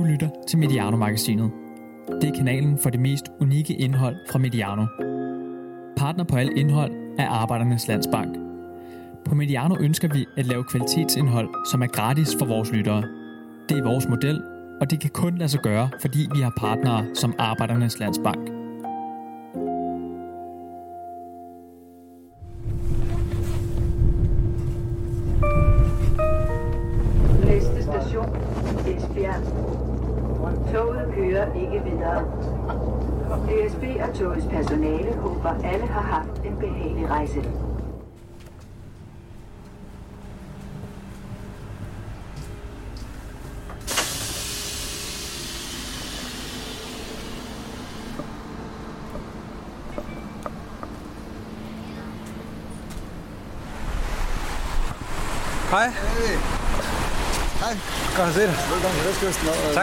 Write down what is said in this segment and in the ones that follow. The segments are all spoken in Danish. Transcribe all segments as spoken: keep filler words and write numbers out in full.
lytter til Mediano-magasinet. Det er kanalen for det mest unikke indhold fra Mediano. Partner på alt indhold er Arbejdernes Landsbank. På Mediano ønsker vi at lave kvalitetsindhold, som er gratis for vores lyttere. Det er vores model, og det kan kun lade sig gøre, fordi vi har partnere som Arbejdernes Landsbank. Næste station, Esbjerg. Toget kører ikke videre. D S B og togets personale håber, alle har haft en behagelig rejse. Hej. Hey. Hej. Godt at se dig. Velkommen til Vestkysten. Tak.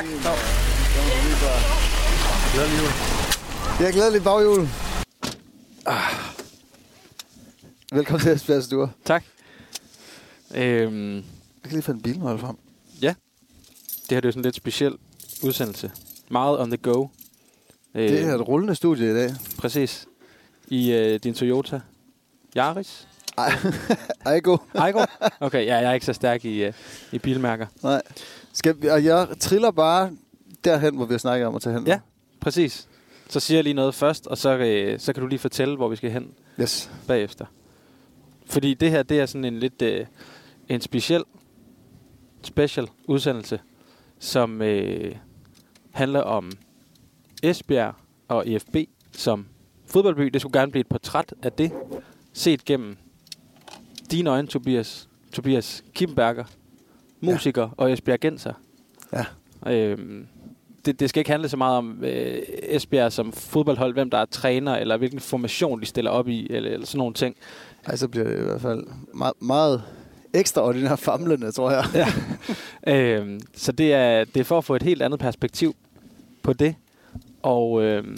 Glædelig jul. Ja, glædelig baghjul. Ah. Velkommen til Esbjerg Sture. Tak. Øhm, Jeg kan lige få en bilmål frem. ja, det her det er jo sådan en lidt speciel udsendelse. Meget on the go. Øh, Det er et rullende studie i dag. Præcis. I øh, din Toyota Yaris. Ej, Aygo. Aygo? Okay, ja, jeg er ikke så stærk i, øh, i bilmærker. Nej. Skal vi, og jeg triller bare derhen, hvor vi har snakket om at tage hen. Ja, præcis. Så siger jeg lige noget først, og så, øh, så kan du lige fortælle, hvor vi skal hen Yes. bagefter. Fordi det her, det er sådan en lidt øh, en speciel, special udsendelse, som øh, handler om Esbjerg og E F B som fodboldby. Det skulle gerne blive et portræt af det, set gennem dine øjne, Tobias, Tobias Kimberger, musiker ja. og esbjergenser. Ja. Øhm, det, det skal ikke handle så meget om øh, Esbjerg som fodboldhold, hvem der er træner, eller hvilken formation de stiller op i, eller, eller sådan nogle ting. Ej, så bliver det i hvert fald meget, meget ekstraordinært famlende, tror jeg. Ja. øhm, så det er, det er for at få et helt andet perspektiv på det. Og øhm,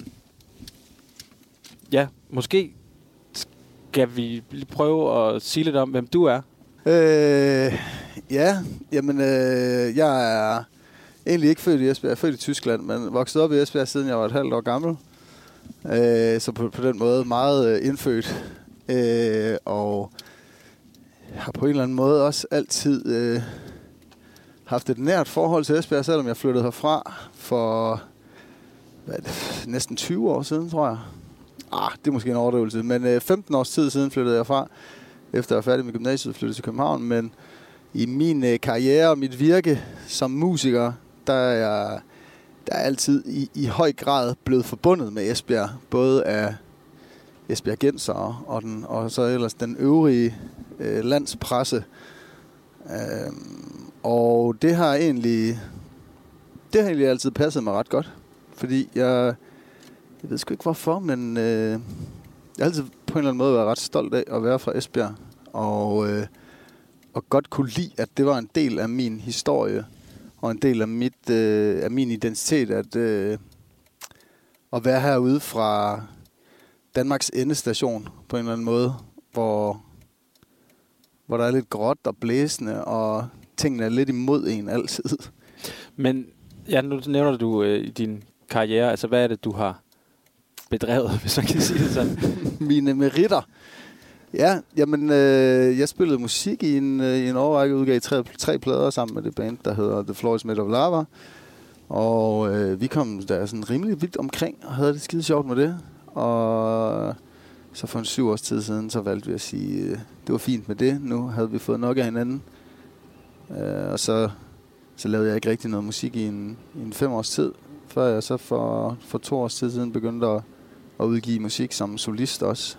ja, måske skal vi prøve at sige lidt om, hvem du er. Øh, ja, jamen, øh, jeg er egentlig ikke født i Esbjerg. Jeg er født i Tyskland, men vokset op i Esbjerg, siden jeg var et halvt år gammel. Øh, så på, på den måde meget øh, indfødt. Øh, og har på en eller anden måde også altid øh, haft et nært forhold til Esbjerg, selvom jeg flyttede herfra for hvad er det, næsten tyve år siden, tror jeg. Ah, det er måske en overdrivelse, men øh, femten års tid siden flyttede jeg fra, efter jeg var færdig med gymnasiet, flyttede til København. Men i min øh, karriere og mit virke som musiker, der er jeg der er altid i, i høj grad blevet forbundet med Esbjerg, både af esbjergensere og, den, og så ellers den øvrige øh, landspresse. Øhm, og det har egentlig det har egentlig altid passet mig ret godt, fordi jeg jeg ved sgu ikke hvorfor, men øh, jeg har altid på en eller anden måde været ret stolt af at være fra Esbjerg, og, øh, og godt kunne lide, at det var en del af min historie, og en del af, mit, øh, af min identitet, at, øh, at være herude fra Danmarks endestation på en eller anden måde, hvor, hvor der er lidt gråt og blæsende, og tingene er lidt imod en altid. Men ja, nu nævner du øh, i din karriere, altså hvad er det, du har bedrevet, hvis man kan sige det sådan? Mine meritter. Ja, jamen, øh, jeg spillede musik i en, øh, i en årrække, udgav tre, tre plader sammen med det band, der hedder The Floor is Made of Lava. Og øh, vi kom der sådan rimelig vidt omkring, og havde det skide sjovt med det. Og så for en syv års tid siden, så valgte vi at sige, øh, det var fint med det. Nu havde vi fået nok af hinanden. Øh, og så, så lavede jeg ikke rigtig noget musik i en, i en fem års tid, før jeg så for, for to års tid siden begyndte at, at udgive musik som solist også.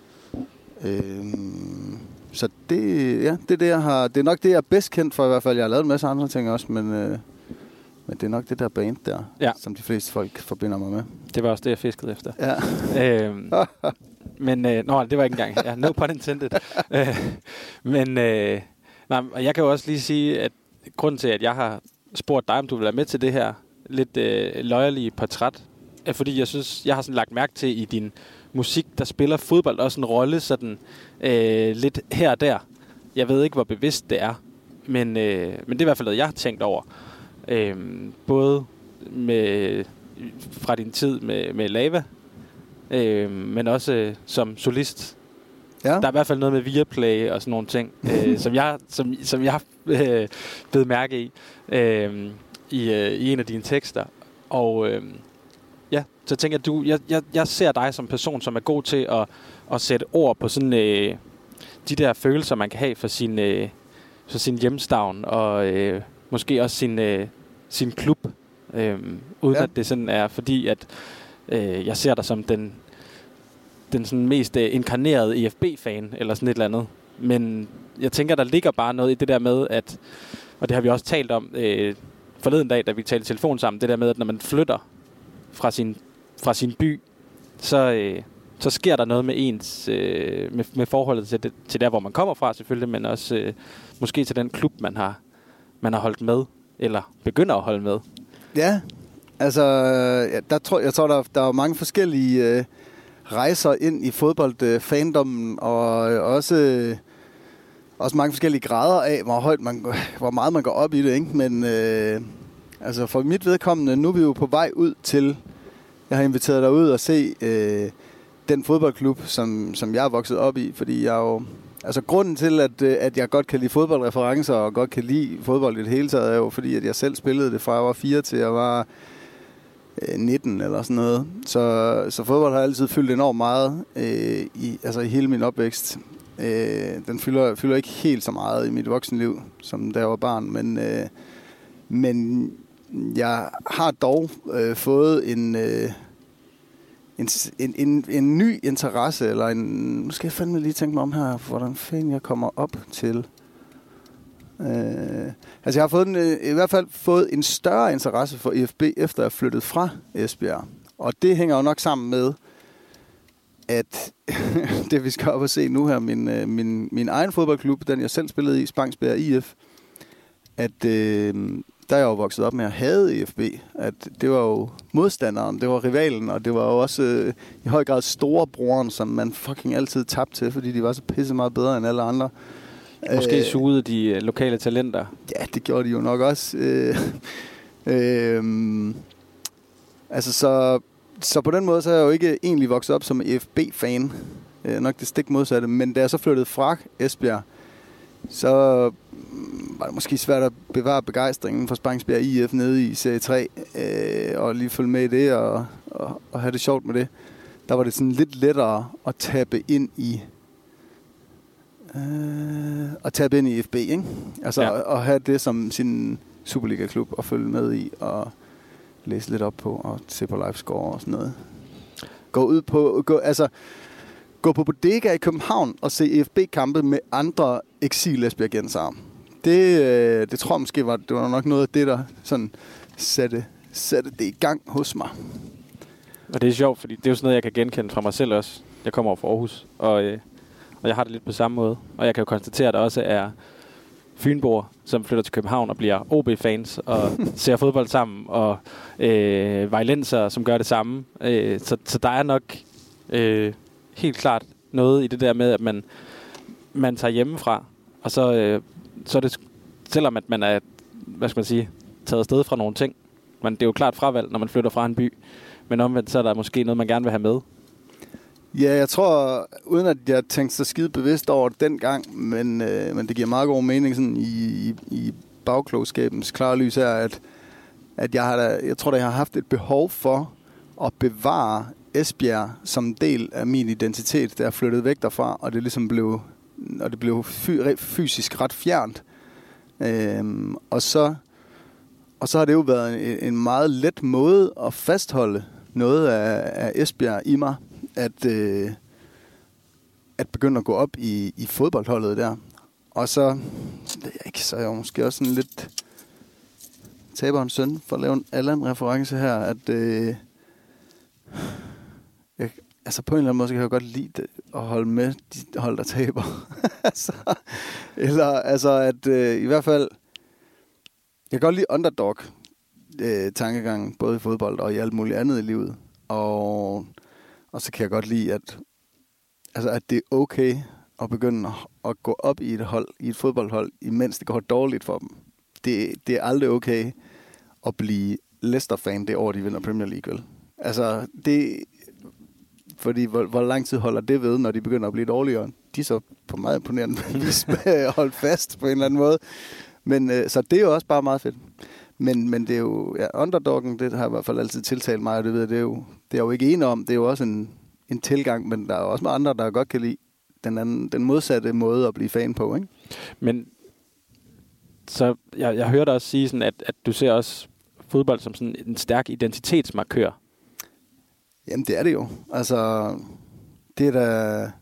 Øhm, så det, ja, det, er det, jeg har, det er nok det, jeg er bedst kendt for i hvert fald. Jeg har lavet en masse andre ting også, men, øh, men det er nok det der band der, ja. som de fleste folk forbinder mig med. Det var også det, jeg fiskede efter. Ja. øhm, men, øh, nå, det var ikke engang. Ja, no pun intended. øh, men, øh, nej, og jeg kan jo også lige sige, at grunden til, at jeg har spurgt dig, om du vil være med til det her lidt øh, løjerlige portræt, er fordi jeg synes, jeg har sådan lagt mærke til i din musik, der spiller fodbold også en rolle sådan øh, lidt her og der. Jeg ved ikke, hvor bevidst det er, men, øh, men det er i hvert fald noget, jeg har tænkt over. Øh, både med, fra din tid med, med Lava, øh, men også øh, som solist. Ja. Der er i hvert fald noget med Viaplay og sådan nogle ting, øh, som jeg som, som jeg øh, blev mærke i, øh, i øh, i en af dine tekster. Og øh, ja, så tænker jeg, du, jeg, jeg, jeg ser dig som person, som er god til at, at sætte ord på sådan øh, de der følelser, man kan have for sin, øh, for sin hjemstavn, og øh, måske også sin, øh, sin klub, øh, uden ja. at det sådan er, fordi at øh, jeg ser dig som den, den sådan mest øh, inkarnerede E F B-fan, eller sådan et eller andet. Men jeg tænker, der ligger bare noget i det der med, at, og det har vi også talt om øh, forleden dag, da vi talte telefon sammen, det der med, at når man flytter fra sin, fra sin by, så, øh, så sker der noget med ens, øh, med, med forholdet til, det, til der, hvor man kommer fra selvfølgelig, men også øh, måske til den klub, man har, man har holdt med, eller begynder at holde med. Ja, altså, ja, der tror, jeg tror, der, der er mange forskellige øh, rejser ind i fodboldfandommen, øh, og øh, også, øh, også mange forskellige grader af, hvor højt man, hvor meget man går op i det, ikke? Men øh, altså for mit vedkommende, nu er vi jo på vej ud til, jeg har inviteret dig ud og se øh, den fodboldklub, som, som jeg er vokset op i, fordi jeg jo, altså grunden til, at, at jeg godt kan lide fodboldreferencer og godt kan lide fodbold i det hele taget, er jo fordi, at jeg selv spillede det fra jeg var fire til jeg var øh, nitten eller sådan noget. Så, så fodbold har altid fyldt enormt meget øh, i, altså i hele min opvækst. Øh, den fylder, fylder ikke helt så meget i mit voksenliv, som da jeg var barn, men, øh, men jeg har dog øh, fået en... Øh, En, en, en, en ny interesse, eller en... Nu skal jeg fandme lige tænke mig om her, hvordan fanden jeg kommer op til. Øh, altså jeg har fået en, i hvert fald fået en større interesse for E F B, efter jeg er flyttet fra Esbjerg. Og det hænger jo nok sammen med, at det vi skal op og se nu her, min, min, min egen fodboldklub, den jeg selv spillede i, Spangsbjerg I F, at... Øh, der er jeg jo vokset op med at hade E F B. At det var jo modstanderen, det var rivalen, og det var jo også øh, i høj grad storebroren, som man fucking altid tabte til, fordi de var så pisse meget bedre end alle andre. Måske øh, sugede de øh, lokale talenter. Ja, det gjorde de jo nok også. Øh, øh, altså, så, så på den måde, så er jeg jo ikke egentlig vokset op som E F B-fan. Øh, nok det stik modsatte. Men da jeg så flyttede fra Esbjerg, så var det måske svært at bevare begejstringen for Spangsbjerg I F nede i serie tre, øh, og lige følge med i det, og, og, og have det sjovt med det. Der var det sådan lidt lettere at tabe ind i øh, at tabe ind i E F B, ikke? Altså ja. at, at have det som sin Superliga-klub og følge med i, og læse lidt op på, og se på livescore og sådan noget. Gå ud på, gå, altså gå på bodega i København og se E F B-kampe med andre eksil-esbjergensere. Det, øh, det tror jeg måske var, det var nok noget af det, der sådan satte, satte det i gang hos mig. Og det er sjovt, fordi det er jo sådan noget, jeg kan genkende fra mig selv også. Jeg kommer over fra Aarhus, og, øh, og jeg har det lidt på samme måde. Og jeg kan jo konstatere, at der også er fynboer, som flytter til København og bliver O B-fans og ser fodbold sammen, og øh, vejlenser, som gør det samme. Øh, så, så der er nok øh, helt klart noget i det der med, at man, man tager hjemmefra, og så... Øh, så er det, selvom at man er, hvad skal man sige, taget afsted fra nogle ting, men det er jo klart fravalg, når man flytter fra en by, men omvendt, så er der måske noget, man gerne vil have med. Ja, jeg tror, uden at jeg tænkte så skide bevidst over det dengang, men, øh, men det giver meget god mening sådan i, i, i bagklogskabens klare lys her, at, at jeg, har da, jeg tror, at jeg har haft et behov for at bevare Esbjerg som en del af min identitet, da jeg flyttede væk derfra, og det ligesom blev... og det blev fy- fysisk ret fjernt. Øhm, og, så, og så har det jo været en, en meget let måde at fastholde noget af, af Esbjerg i mig, at, øh, at begynde at gå op i, i fodboldholdet der. Og så, ved jeg ikke, så er jeg måske også sådan lidt taberens søn, for at lave en Allan-reference her, at øh, jeg, altså på en eller anden måde, så kan jeg godt lide det, at holde med de hold, der taber. altså, eller altså, at øh, i hvert fald, jeg kan godt lide underdog øh, tankegangen, både i fodbold og i alt muligt andet i livet. Og, og så kan jeg godt lide, at, altså, at det er okay at begynde at, at gå op i et hold, i et fodboldhold, imens det går dårligt for dem. Det, det er aldrig okay at blive Leicester-fan det år, de vinder Premier League, vel? Altså, det... Fordi hvor, hvor lang tid holder det ved, når de begynder at blive dårligere? De er så på meget imponerende vis holdt fast på en eller anden måde. Men, øh, så det er jo også bare meget fedt. Men, men det er jo... Ja, underdoggen, det har i hvert fald altid tiltalt mig, og det ved jeg, det er jo, det er jo ikke enig om. Det er jo også en, en tilgang, men der er også med andre, der godt kan lide den, anden, den modsatte måde at blive fan på, ikke? Men så jeg, jeg hørte også sige, sådan, at, at du ser også fodbold som sådan en stærk identitetsmarkør. Jamen, det er det jo. Altså, det er da...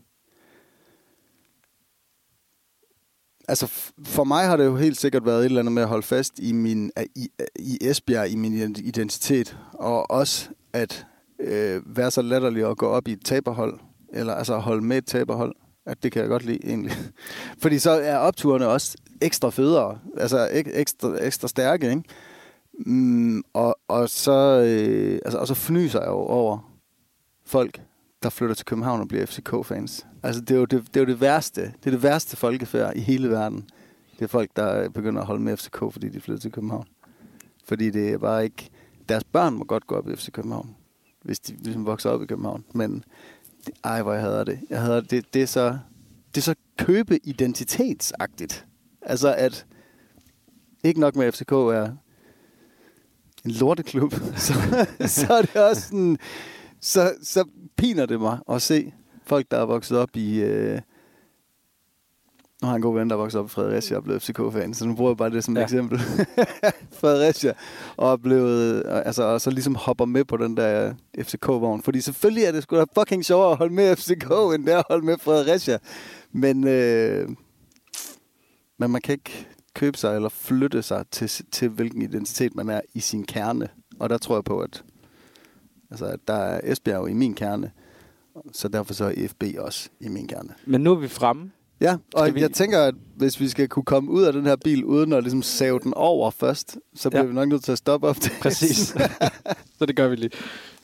Altså, for mig har det jo helt sikkert været et eller andet med at holde fast i, min, i, i Esbjerg, i min identitet, og også at øh, være så latterlig at gå op i et taberhold, eller altså holde med et taberhold, at det kan jeg godt lide egentlig. Fordi så er opturene også ekstra federe, altså ek, ekstra, ekstra stærke, ikke? Mm, og, og, så, øh, altså, og så fnyser jeg jo over folk, der flytter til København og bliver F C K-fans. Altså, det er jo det, det, er jo det værste. Det er det værste folkefærd i hele verden. Det er folk, der begynder at holde med F C K, fordi de flytter til København. Fordi det er bare ikke... Deres børn må godt gå op i F C København, hvis de ligesom vokser op i København. Men det, ej, hvor jeg hader det. Jeg hader det. Det er så, det er så købe-identitetsagtigt. Altså, at ikke nok med F C K er en lorteklub, så, så er det også sådan... Så, så piner det mig at se folk, der er vokset op i... Øh... Nu har jeg en god ven, der er vokset op i Fredericia og blevet F C K-fan, så nu bruger jeg bare det som ja. eksempel. Fredericia. Og, er blevet, altså, og så ligesom hopper med på den der F C K-vogn. Fordi selvfølgelig er det sgu da fucking sjovere at holde med F C K, end det er at holde med Fredericia. Men, øh... Men man kan ikke købe sig eller flytte sig til, til, hvilken identitet man er i sin kerne. Og der tror jeg på, at Altså, der er Esbjerg i min kerne, så derfor så er F B også i min kerne. Men nu er vi fremme. Ja, og skal vi... jeg tænker, at hvis vi skal kunne komme ud af den her bil, uden at ligesom save den over først, så bliver ja. vi nok nødt til at stoppe op til. Præcis. Så det gør vi lige.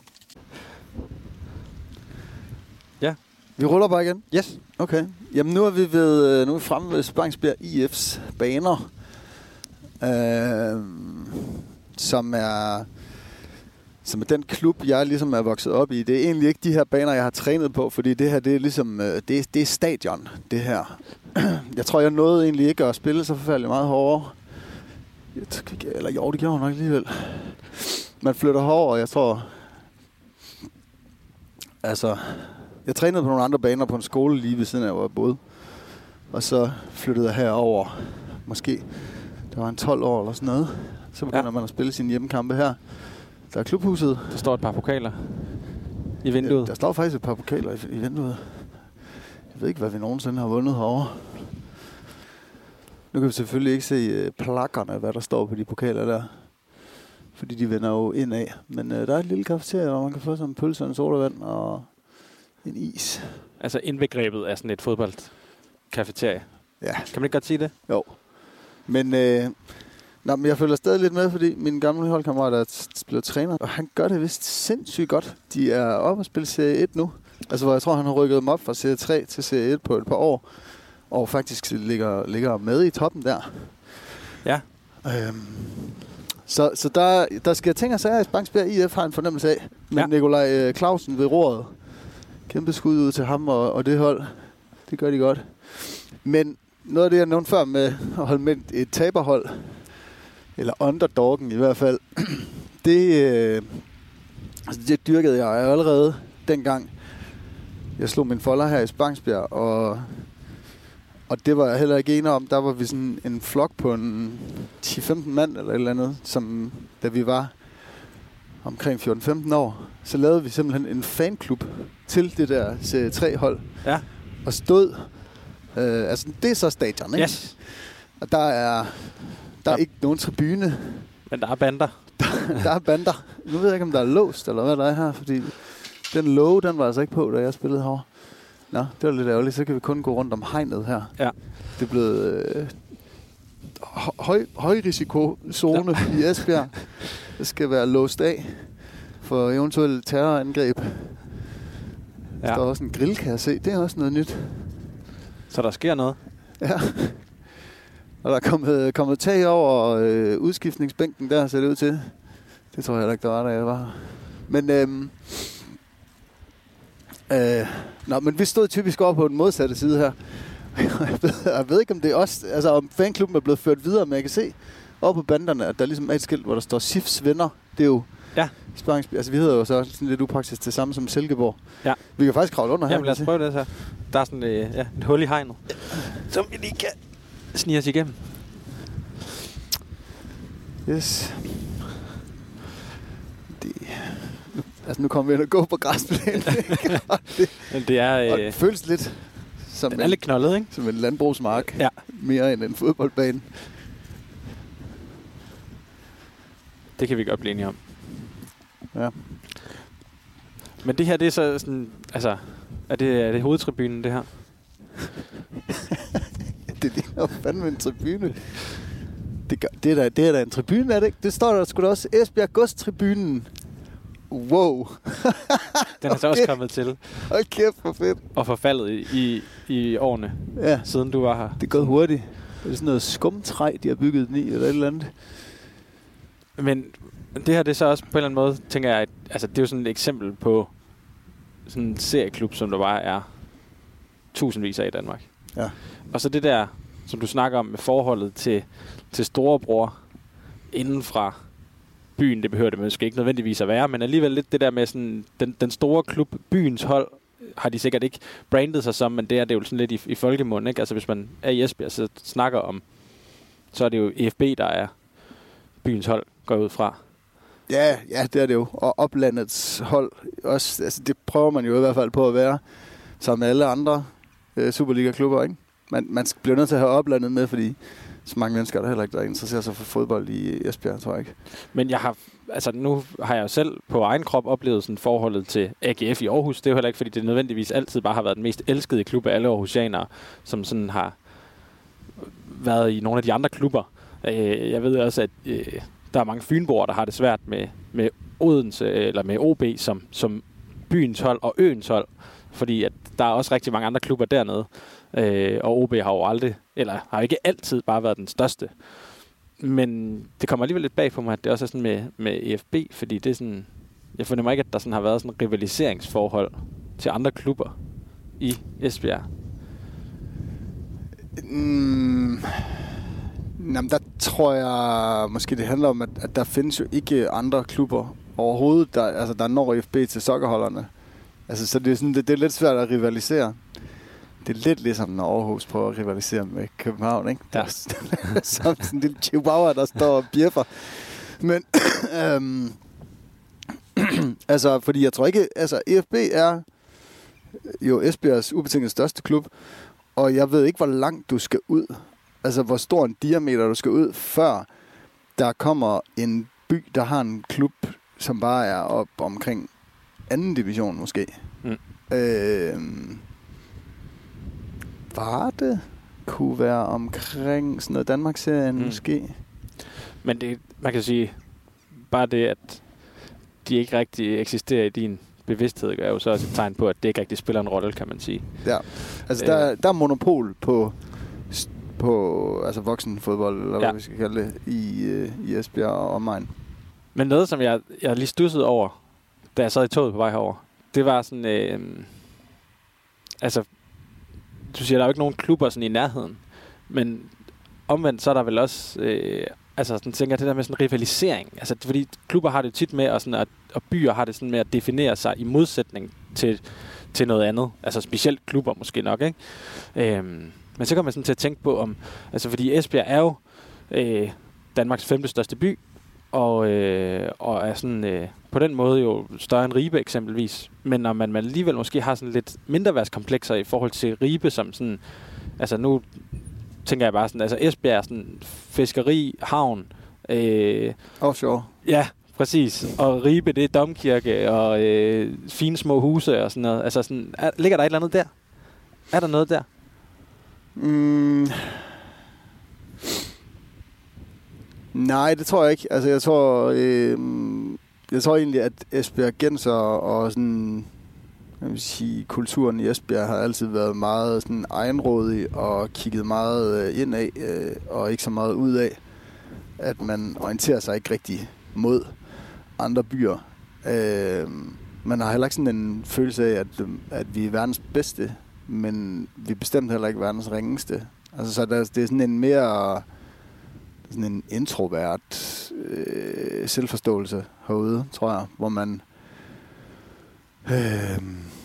Ja. Vi ruller bare igen? Yes. Okay. Jamen, nu er vi, ved, nu er vi fremme ved Spangsbjerg I F's baner, øh, som er... som er den klub, jeg ligesom er vokset op i. Det er egentlig ikke de her baner, jeg har trænet på, fordi det her, det er ligesom, det er, det er stadion, det her. Jeg tror, jeg nåede egentlig ikke at spille så forfærdeligt meget hårdere. Eller jo, det gjorde nok alligevel. Man flytter hårdere, og jeg tror... Altså, jeg trænede på nogle andre baner på en skole lige ved siden af, hvor jeg boede. Og så flyttede jeg herover. Måske, der var en tolv år eller sådan noget. Så begynder ja. man at spille sine hjemmekampe her. Der er klubhuset. Der står et par pokaler i vinduet. Ja, der står faktisk et par pokaler i, i vinduet. Jeg ved ikke, hvad vi nogensinde har vundet herovre. Nu kan vi selvfølgelig ikke se uh, plakkerne, hvad der står på de pokaler der. Fordi de vender jo indad. Men uh, der er et lille kafeteria, hvor man kan få sådan en pølse og en sodavand og en is. Altså indbegrebet af sådan et fodboldkafeteria. Ja. Kan man ikke godt sige det? Jo. Men... Uh, Nå, men jeg følger stadig lidt med, fordi min gamle holdkammerat er blevet træner, og han gør det vist sindssygt godt. De er oppe og spille serie et nu. Altså, hvor jeg tror, han har rykket dem op fra serie tre til serie et på et par år. Og faktisk ligger, ligger med i toppen der. Ja. Øhm, så så der, der skal jeg tænke at sige, at Spangsbjerg I F har en fornemmelse af. Men ja. Nikolaj Clausen ved roret. Kæmpe skud ud til ham og, og det hold. Det gør de godt. Men noget af det, jeg nævnte før med at holde med et taberhold, eller underdoggen i hvert fald, det, øh, altså det dyrkede jeg allerede dengang. Jeg slog min folder her i Spangsbjerg, og, og det var jeg heller ikke enig om. Der var vi sådan en flok på en ti til femten mand eller et eller andet, som da vi var omkring fjorten til femten år, så lavede vi simpelthen en fanklub til det der serie tre hold. Ja. Og stod, øh, altså det er så stadion, ikke? Yes. Og der er... Der er ja. ikke nogen tribune. Men der er bander. Der, der er bander. Nu ved jeg ikke, om der er låst, eller hvad der er her, fordi den låge, den var altså ikke på, da jeg spillede herovre. Nå, det var lidt ærgerligt. Så kan vi kun gå rundt om hegnet her. Ja. Det er blevet øh, høj, højrisikozone ja. i Esbjerg. Det skal være låst af for eventuelle terrorangreb. Ja. Der er også en grill, kan jeg se. Det er også noget nyt. Så der sker noget? Ja. Og der er kommet, kommet tag over øh, udskiftningsbænken der, ser det ud til. Det tror jeg heller ikke, der var, da jeg var her. Men, øhm, øh, nå, men vi stod typisk over på den modsatte side her. jeg, ved, jeg ved ikke, om det er os, altså om fanklubben er blevet ført videre, men jeg kan se over på banderne, at der ligesom er et skilt, hvor der står S I F's venner. Det er jo ja. Sparings, altså vi hedder jo så sådan lidt upraktisk det samme som Silkeborg. Ja. Vi kan faktisk kravle under her. Jamen lad os prøve det her. Der er sådan øh, ja, et hul i hegnet, som vi lige kan snige os igennem. Yes. Det, nu, altså nu kommer vi ind og gå på græsplænen. det, det er... Øh, og det føles lidt som den er en, lidt knoldet, ikke? Som en landbrugsmark. Ja. Mere end en fodboldbane. Det kan vi godt blive enige om. Ja. Men det her, det er så sådan... Altså, er det, er det hovedtribunen, det her? det ligner fandme en tribune. Det, gør, det, er da, det er da en tribune, er det ikke? Det står der sgu da også. Esbjerg Gods-tribunen. Wow. Den er så også kommet til. Hold kæft, hvor fedt. Og forfaldet i, i, i årene, ja. Siden du var her. Det er gået hurtigt. Er det sådan noget skumtræ, de har bygget den i, eller et eller andet? Men det her, det er så også på en eller anden måde, tænker jeg, at, altså, det er jo sådan et eksempel på sådan en serieklub, som der bare er tusindvis af i Danmark. Ja. Og så det der, som du snakker om med forholdet til, til storebror inden fra byen, det behøver det måske ikke nødvendigvis at være, men alligevel lidt det der med sådan, den, den store klub, byens hold, har de sikkert ikke brandet sig som, men det er det jo sådan lidt i, i folkemunden, ikke? Altså hvis man er i Esbjerg, så snakker om, så er det jo E F B, der er byens hold, går ud fra. Ja, ja, det er det jo. Og oplandets hold også, altså det prøver man jo i hvert fald på at være, som alle andre øh, Superliga-klubber, ikke? Man, man bliver nødt til at have oplandet med, fordi så mange mennesker der heller ikke, der interesserer sig for fodbold i Esbjerg, tror jeg ikke. Men jeg har, altså nu har jeg jo selv på egen krop oplevet sådan forholdet til A G F i Aarhus. Det er jo heller ikke, fordi det nødvendigvis altid bare har været den mest elskede klub af alle aarhusianere, som sådan har været i nogle af de andre klubber. Jeg ved også, at der er mange fynboer, der har det svært med, med Odense eller med O B som, som byens hold og øens hold, fordi at der er også rigtig mange andre klubber dernede. Øh, og O B har jo aldrig, eller har ikke altid bare været den største. Men det kommer alligevel lidt bag på mig, at det også er sådan med, med E F B, fordi det er sådan, jeg fornemmer ikke, at der sådan har været sådan et rivaliseringsforhold til andre klubber i Esbjerg. Mm, jamen, der tror jeg måske, det handler om, at, at der findes jo ikke andre klubber overhovedet, der, altså der når E F B til sokkerholderne. Altså, så det er, sådan, det, det er lidt svært at rivalisere. Det er lidt ligesom, når Aarhus prøver at rivalisere med København, ikke? Ja. Som sådan en lille chihuahua, der står og bjeffer. Men, øhm, altså, fordi jeg tror ikke, altså, E F B er jo Esbjergs ubetinget største klub, og jeg ved ikke, hvor langt du skal ud. Altså, hvor stor en diameter du skal ud, før der kommer en by, der har en klub, som bare er op omkring anden division, måske. Mm. Øhm, Varde kunne være omkring sådan noget Danmarksserien, mm. måske. Men det, man kan sige, bare det, at de ikke rigtig eksisterer i din bevidsthed, er jo så også et tegn på, at det ikke rigtig spiller en rolle, kan man sige. Ja, altså øh. der, der er monopol på, på altså voksenfodbold, eller ja. hvad vi skal kalde det, i, i Esbjerg og omegn. Men noget, som jeg, jeg lige stussede over, da jeg sad i toget på vej herover, det var sådan, øh, altså, du siger, der er jo ikke nogen klubber sådan i nærheden, men omvendt, så er der vel også, øh, altså sådan tænker jeg, det der med sådan rivalisering, altså fordi klubber har det tit med, og, sådan at, og byer har det sådan med at definere sig i modsætning til, til noget andet, altså specielt klubber måske nok, ikke? Øhm, men så kommer man sådan til at tænke på om, altså fordi Esbjerg er jo øh, Danmarks femte største by, og, øh, og er sådan øh, på den måde jo større end Ribe eksempelvis. Men når man, man alligevel måske har sådan lidt mindreværdskomplekser i forhold til Ribe, som sådan, altså nu tænker jeg bare sådan, altså Esbjerg, sådan fiskeri, havn. Øh, Offshore. Ja, præcis. Og Ribe, det er domkirke og øh, fine små huse og sådan noget. Altså sådan, er, ligger der et eller andet der? Er der noget der? Mm. Nej, det tror jeg ikke. Altså, jeg tror, øh, jeg tror egentlig, at Esbjergenser og sådan, jeg vil sige, kulturen i Esbjerg har altid været meget sådan egenrådig og kigget meget øh, indad øh, og ikke så meget ud af, at man orienterer sig ikke rigtig mod. andre byer. Øh, man har heller ikke sådan en følelse af, at, at vi er verdens bedste, men vi er bestemt heller ikke verdens ringeste. Altså, så der, det er sådan en mere sådan en introvert øh, selvforståelse herude, tror jeg, hvor man øh,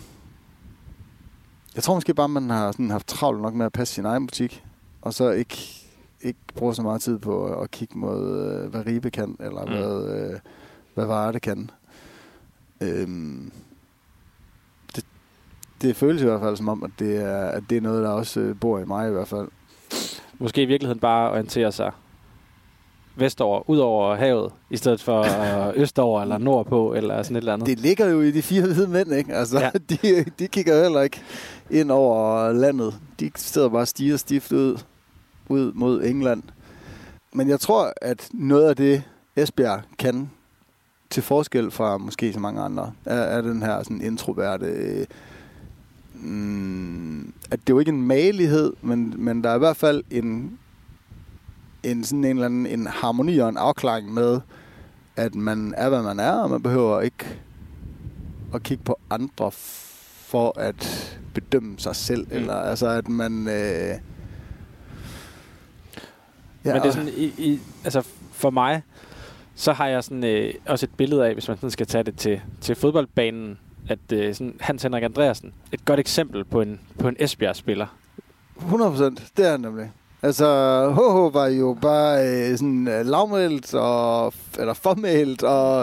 jeg tror måske bare, man har sådan haft travlt nok med at passe sin egen butik, og så ikke, ikke bruger så meget tid på at kigge mod, øh, hvad Ribe kan, eller mm. hvad, øh, hvad Varde kan. Øhm, det, det føles i hvert fald som om, at det er, at det er noget, der også øh, bor i mig i hvert fald. Måske i virkeligheden bare orientere sig vestover, ud over havet, i stedet for øh, østover eller nordpå, eller sådan et eller andet. Det ligger jo i de fire hvide mænd, ikke? Altså, ja. de, de kigger heller ikke ind over landet. De sidder bare stiger stift ud, ud mod England. Men jeg tror, at noget af det, Esbjerg kan, til forskel fra måske så mange andre, er, er den her sådan introverte, øh, mm, at det er jo ikke en magelighed, men, men der er i hvert fald en en sådan en eller anden en harmoni og en afklaring med, at man er, hvad man er, og man behøver ikke at kigge på andre for at bedømme sig selv, mm. eller altså at man øh, ja, men det er sådan i, i, altså for mig så har jeg sådan øh, også et billede af, hvis man sådan skal tage det til til fodboldbanen, at øh, sådan Hans Henrik Andreasen, et godt eksempel på en på en Esbjerg spiller. hundrede procent, det er nemlig. Altså, H H var jo bare øh, sådan øh, lavmældt, og, eller formelt, og,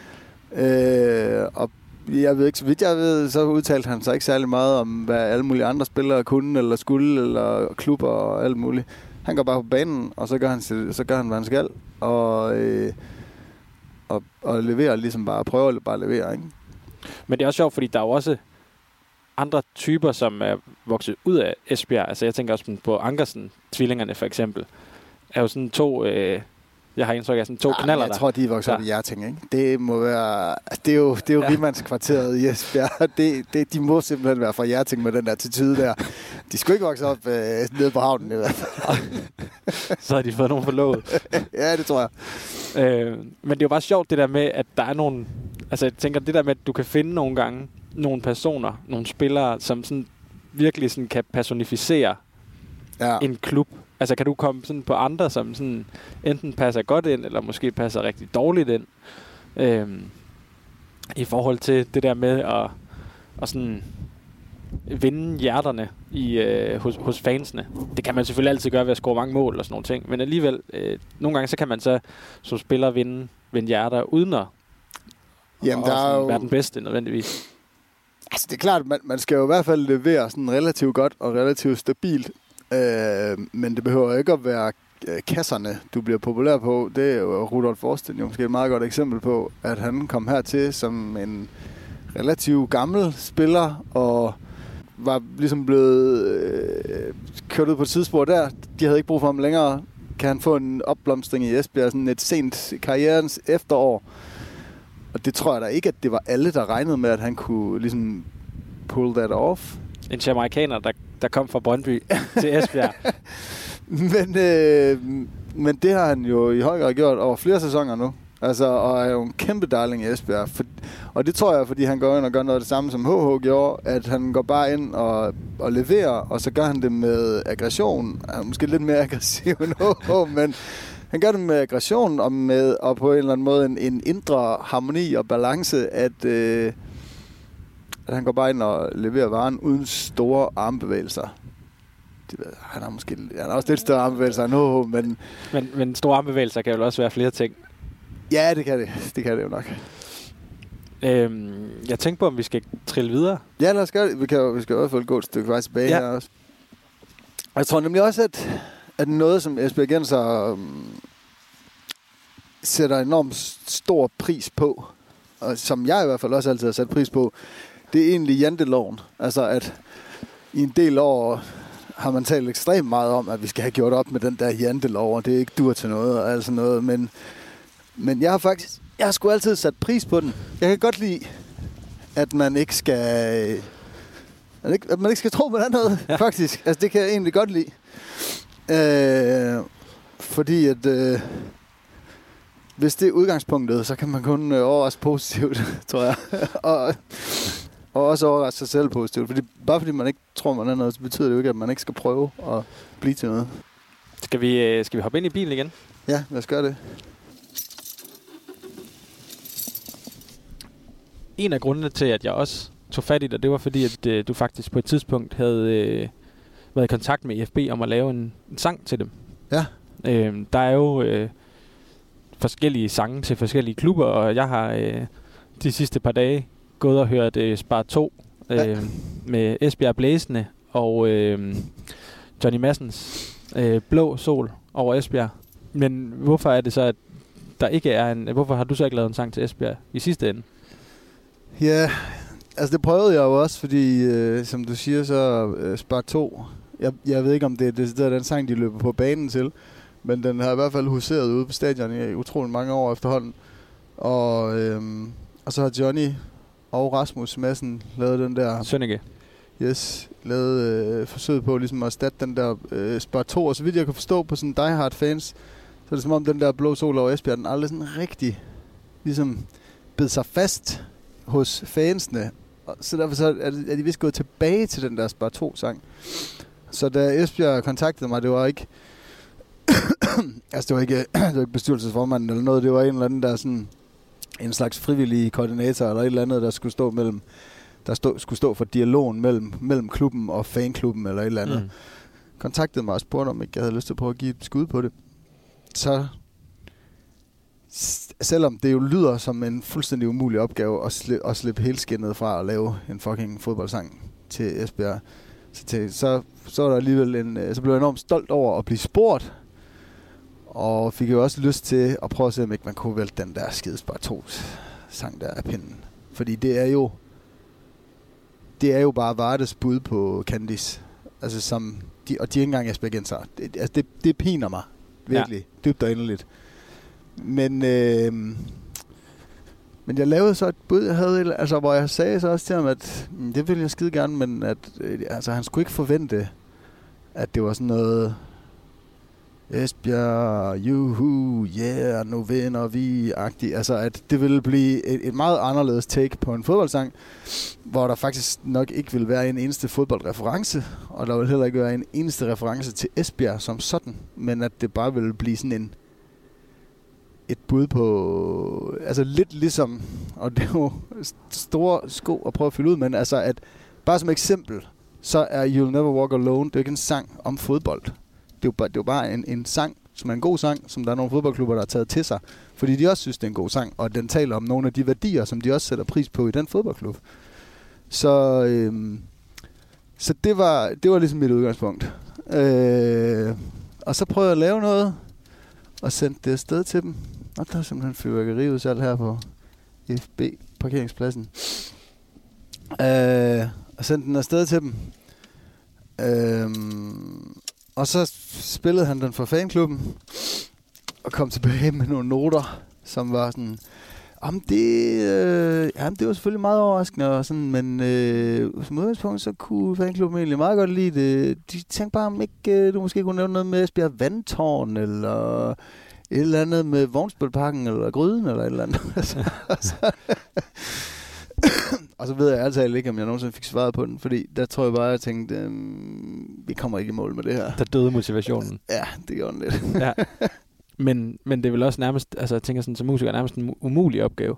øh, og jeg ved ikke, så vidt jeg ved, så udtalte han sig ikke særlig meget om, hvad alle mulige andre spillere kunne, eller skulle, eller klubber, og alt muligt. Han går bare på banen, og så gør han, så gør han hvad han skal, og, øh, og, og leverer ligesom bare, prøver bare at levere, ikke? Men det er også sjovt, fordi der er jo også andre typer, som er vokset ud af Esbjerg. Altså jeg tænker også på Ankersen, tvillingerne for eksempel, er jo sådan to, øh, jeg har indtryk af sådan to ja, knaller der. Jeg tror, de er vokset op i Hjerting, ikke? Det må være, det er jo, det er jo ja. Rigmandskvarteret i Esbjerg. Det, det, de må simpelthen være fra Hjerting med den der attitude der. De skulle ikke vokse op øh, nede på havnen i hvert fald. Så har de fået nogen forlovet. Ja, det tror jeg. Øh, men det er jo bare sjovt det der med, at der er nogle, altså jeg tænker det der med, at du kan finde nogle gange nogle personer, nogle spillere, som sådan virkelig sådan kan personificere ja. en klub. Altså kan du komme sådan på andre, som sådan enten passer godt ind, eller måske passer rigtig dårligt ind, øhm, i forhold til det der med at, at sådan vinde hjerterne i, øh, hos, hos fansene. Det kan man selvfølgelig altid gøre ved at score mange mål og sådan nogle ting, men alligevel, øh, nogle gange så kan man så som spiller vinde, vinde hjerter, uden at Jamen, der er jo være den bedste nødvendigvis. Altså det er klart, man, man skal jo i hvert fald levere sådan relativt godt og relativt stabilt, øh, men det behøver ikke at være øh, kasserne, du bliver populær på. Det er jo Rudolf Forsten jo måske et meget godt eksempel på, at han kom hertil som en relativt gammel spiller og var ligesom blevet øh, kørt ud på et tidsspor der. De havde ikke brug for ham længere. Kan han få en opblomstring i Esbjerg sådan et sent karrierens efterår? Og det tror jeg da ikke, at det var alle, der regnede med, at han kunne ligesom pull that off. En jamaikaner, der, der kom fra Brøndby til Esbjerg. men, øh, men det har han jo i høj grad gjort over flere sæsoner nu. Altså, og er jo en kæmpe darling i Esbjerg. For, og det tror jeg, fordi han går ind og gør noget af det samme, som H H gjorde. At han går bare ind og, og leverer, og så gør han det med aggression. Han er måske lidt mere aggressiv end H H, men han gør det med aggression og, med, og på en eller anden måde en, en indre harmoni og balance, at, øh, at han går bare ind og leverer varen uden store armbevægelser. Det, han har måske han har også lidt større armbevægelser end H H, men... men... Men store armbevægelser kan jo også være flere ting. Ja, det kan det. Det kan det jo nok. Øhm, jeg tænker på, om vi skal trille videre. Ja, lad os gøre det. Vi, kan jo, vi skal i hvert fald gå et stykke vej tilbage ja. her også. Og jeg tror nemlig også, at at noget, som esbjergenser um, sætter enormt stor pris på, og som jeg i hvert fald også altid har sat pris på, det er egentlig janteloven. Altså at i en del år har man talt ekstremt meget om, at vi skal have gjort op med den der jantelov, og det er ikke dur til noget og alt sådan noget, men, men jeg har faktisk, jeg har sgu altid sat pris på den. Jeg kan godt lide, at man ikke skal, at man ikke skal tro på den noget, ja. faktisk. Altså det kan jeg egentlig godt lide. Øh, fordi at øh, hvis det er udgangspunktet, så kan man kun øh, overraske positivt, tror jeg. og, og også overraske sig selv positivt. Fordi, bare fordi man ikke tror, man er noget, så betyder det jo ikke, at man ikke skal prøve at blive til noget. Skal vi, øh, skal vi hoppe ind i bilen igen? Ja, lad os gøre det. En af grundene til, at jeg også tog fat i dig, det var fordi, at øh, du faktisk på et tidspunkt havde øh, været i kontakt med I F B om at lave en, en sang til dem. Ja. Øh, der er jo øh, forskellige sange til forskellige klubber, og jeg har øh, de sidste par dage gået og hørt øh, Spar to øh, ja. med Esbjerg Blæsende og øh, Johnny Madsens øh, Blå Sol over Esbjerg. Men hvorfor er det så, at der ikke er en... Hvorfor har du så ikke lavet en sang til Esbjerg i sidste ende? Ja, altså det prøvede jeg jo også, fordi øh, som du siger, så øh, Spar to, jeg, jeg ved ikke om det er det, der den sang, de løber på banen til, men den har i hvert fald huseret ude på stadion i utrolig mange år efterhånden. Og, øh, og så har Johnny og Rasmus Madsen lavet den der... Sønneke. Yes, lavet øh, forsøget på ligesom at erstatte den der øh, Spar to, og så vidt jeg kan forstå på sådan Die Hard fans, så er det som om den der Blå Sol over Esbjerg, den aldrig sådan rigtig ligesom bed sig fast hos fansene. Så derfor så er, de, er de vist gået tilbage til den der Spar to-sang. Så da Esbjerg kontaktede mig, det var ikke altså det var ikke, det var ikke bestyrelsesformanden eller noget, det var en eller anden der sådan en slags frivillig koordinator eller et eller andet, der skulle stå mellem der stå, skulle stå for dialogen mellem, mellem klubben og fanklubben eller et eller andet. Mm. Kontaktede mig og spurgte, om ikke jeg havde lyst til at prøve at give et skud på det. Så selvom det jo lyder som en fuldstændig umulig opgave at, sli- at slippe hele skinnet fra at lave en fucking fodboldsang til Esbjerg, så, til, så, så var der alligevel en, så blev jeg enormt stolt over at blive spurgt, og fik jo også lyst til at prøve at se, om ikke man kunne vælte den der skide Spar to sang der af pinden. Fordi det er jo det er jo bare Vardes bud på Candice. Altså som de, og de er ikke engang aspergenser. Det, altså det, det piner mig virkelig, ja. Dybt og inderligt. Men, øh, men jeg lavede så et bud, jeg havde, altså, hvor jeg sagde så også til ham, at mm, det ville jeg skide gerne, men at, øh, altså, han skulle ikke forvente, at det var sådan noget Esbjerg, juhu, yeah, nu vinder vi-agtigt. Altså, at det ville blive et, et meget anderledes take på en fodboldsang, hvor der faktisk nok ikke ville være en eneste fodboldreference, og der ville heller ikke være en eneste reference til Esbjerg som sådan, men at det bare ville blive sådan en et bud på, altså lidt ligesom, og det er jo store sko at prøve at fylde ud, men altså at, bare som eksempel, så er You'll Never Walk Alone, det er ikke en sang om fodbold. Det er jo bare, det er jo bare en, en sang, som er en god sang, som der er nogle fodboldklubber, der har taget til sig, fordi de også synes, det er en god sang, og den taler om nogle af de værdier, som de også sætter pris på i den fodboldklub. Så, øhm, så det var, det var ligesom mit udgangspunkt. Øh, og så prøvede jeg at lave noget, og sendte det afsted til dem. Og der er simpelthen fyrværkeriudsalg her på F B-parkeringspladsen. Øh, og sendte den afsted til dem. Øh, og så spillede han den for fanklubben, og kom tilbage med nogle noter, som var sådan, jamen det, øh, jamen det var selvfølgelig meget overraskende, og sådan, men øh, som udgangspunkt, så kunne fanklubben egentlig meget godt lide det. De tænkte bare, om ikke øh, du måske kunne nævne noget med Esbjerg Vandtårn, eller et eller andet med Vognspølparken, eller Gryden, eller et eller andet. Og så ved jeg altid ikke, om jeg nogensinde fik svaret på den, fordi der tror jeg bare, at jeg tænkte, øh, vi kommer ikke i mål med det her. Der døde motivationen. Ja, det gjorde den lidt. Ja. Men, men det er vel også nærmest, altså jeg tænker sådan, som musiker, nærmest en umulig opgave.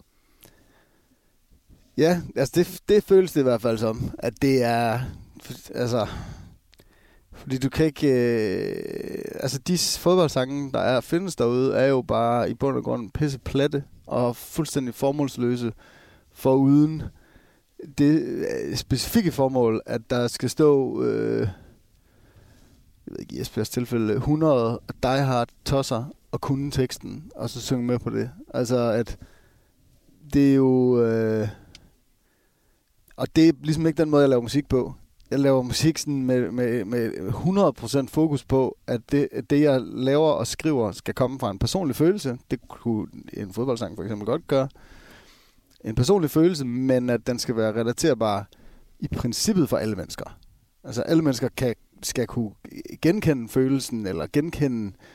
Ja, altså det, det føles det i hvert fald som, at det er, altså, fordi du kan ikke, øh, altså de fodboldsange, der er, findes derude, er jo bare i bund og grund pisse platte og fuldstændig formålsløse, for uden det øh, specifikke formål, at der skal stå, øh, jeg ved ikke, i Esbjergs tilfælde, hundrede Die Hard tosser og kunne teksten, og så synge med på det. Altså, at det er jo... Øh, og det er ligesom ikke den måde, jeg laver musik på. Jeg laver musik sådan med, med, med hundrede procent fokus på, at det, det, jeg laver og skriver, skal komme fra en personlig følelse. Det kunne en fodboldsang for eksempel godt gøre. En personlig følelse, men at den skal være relaterbar i princippet for alle mennesker. Altså, alle mennesker kan, skal kunne genkende følelsen, eller genkende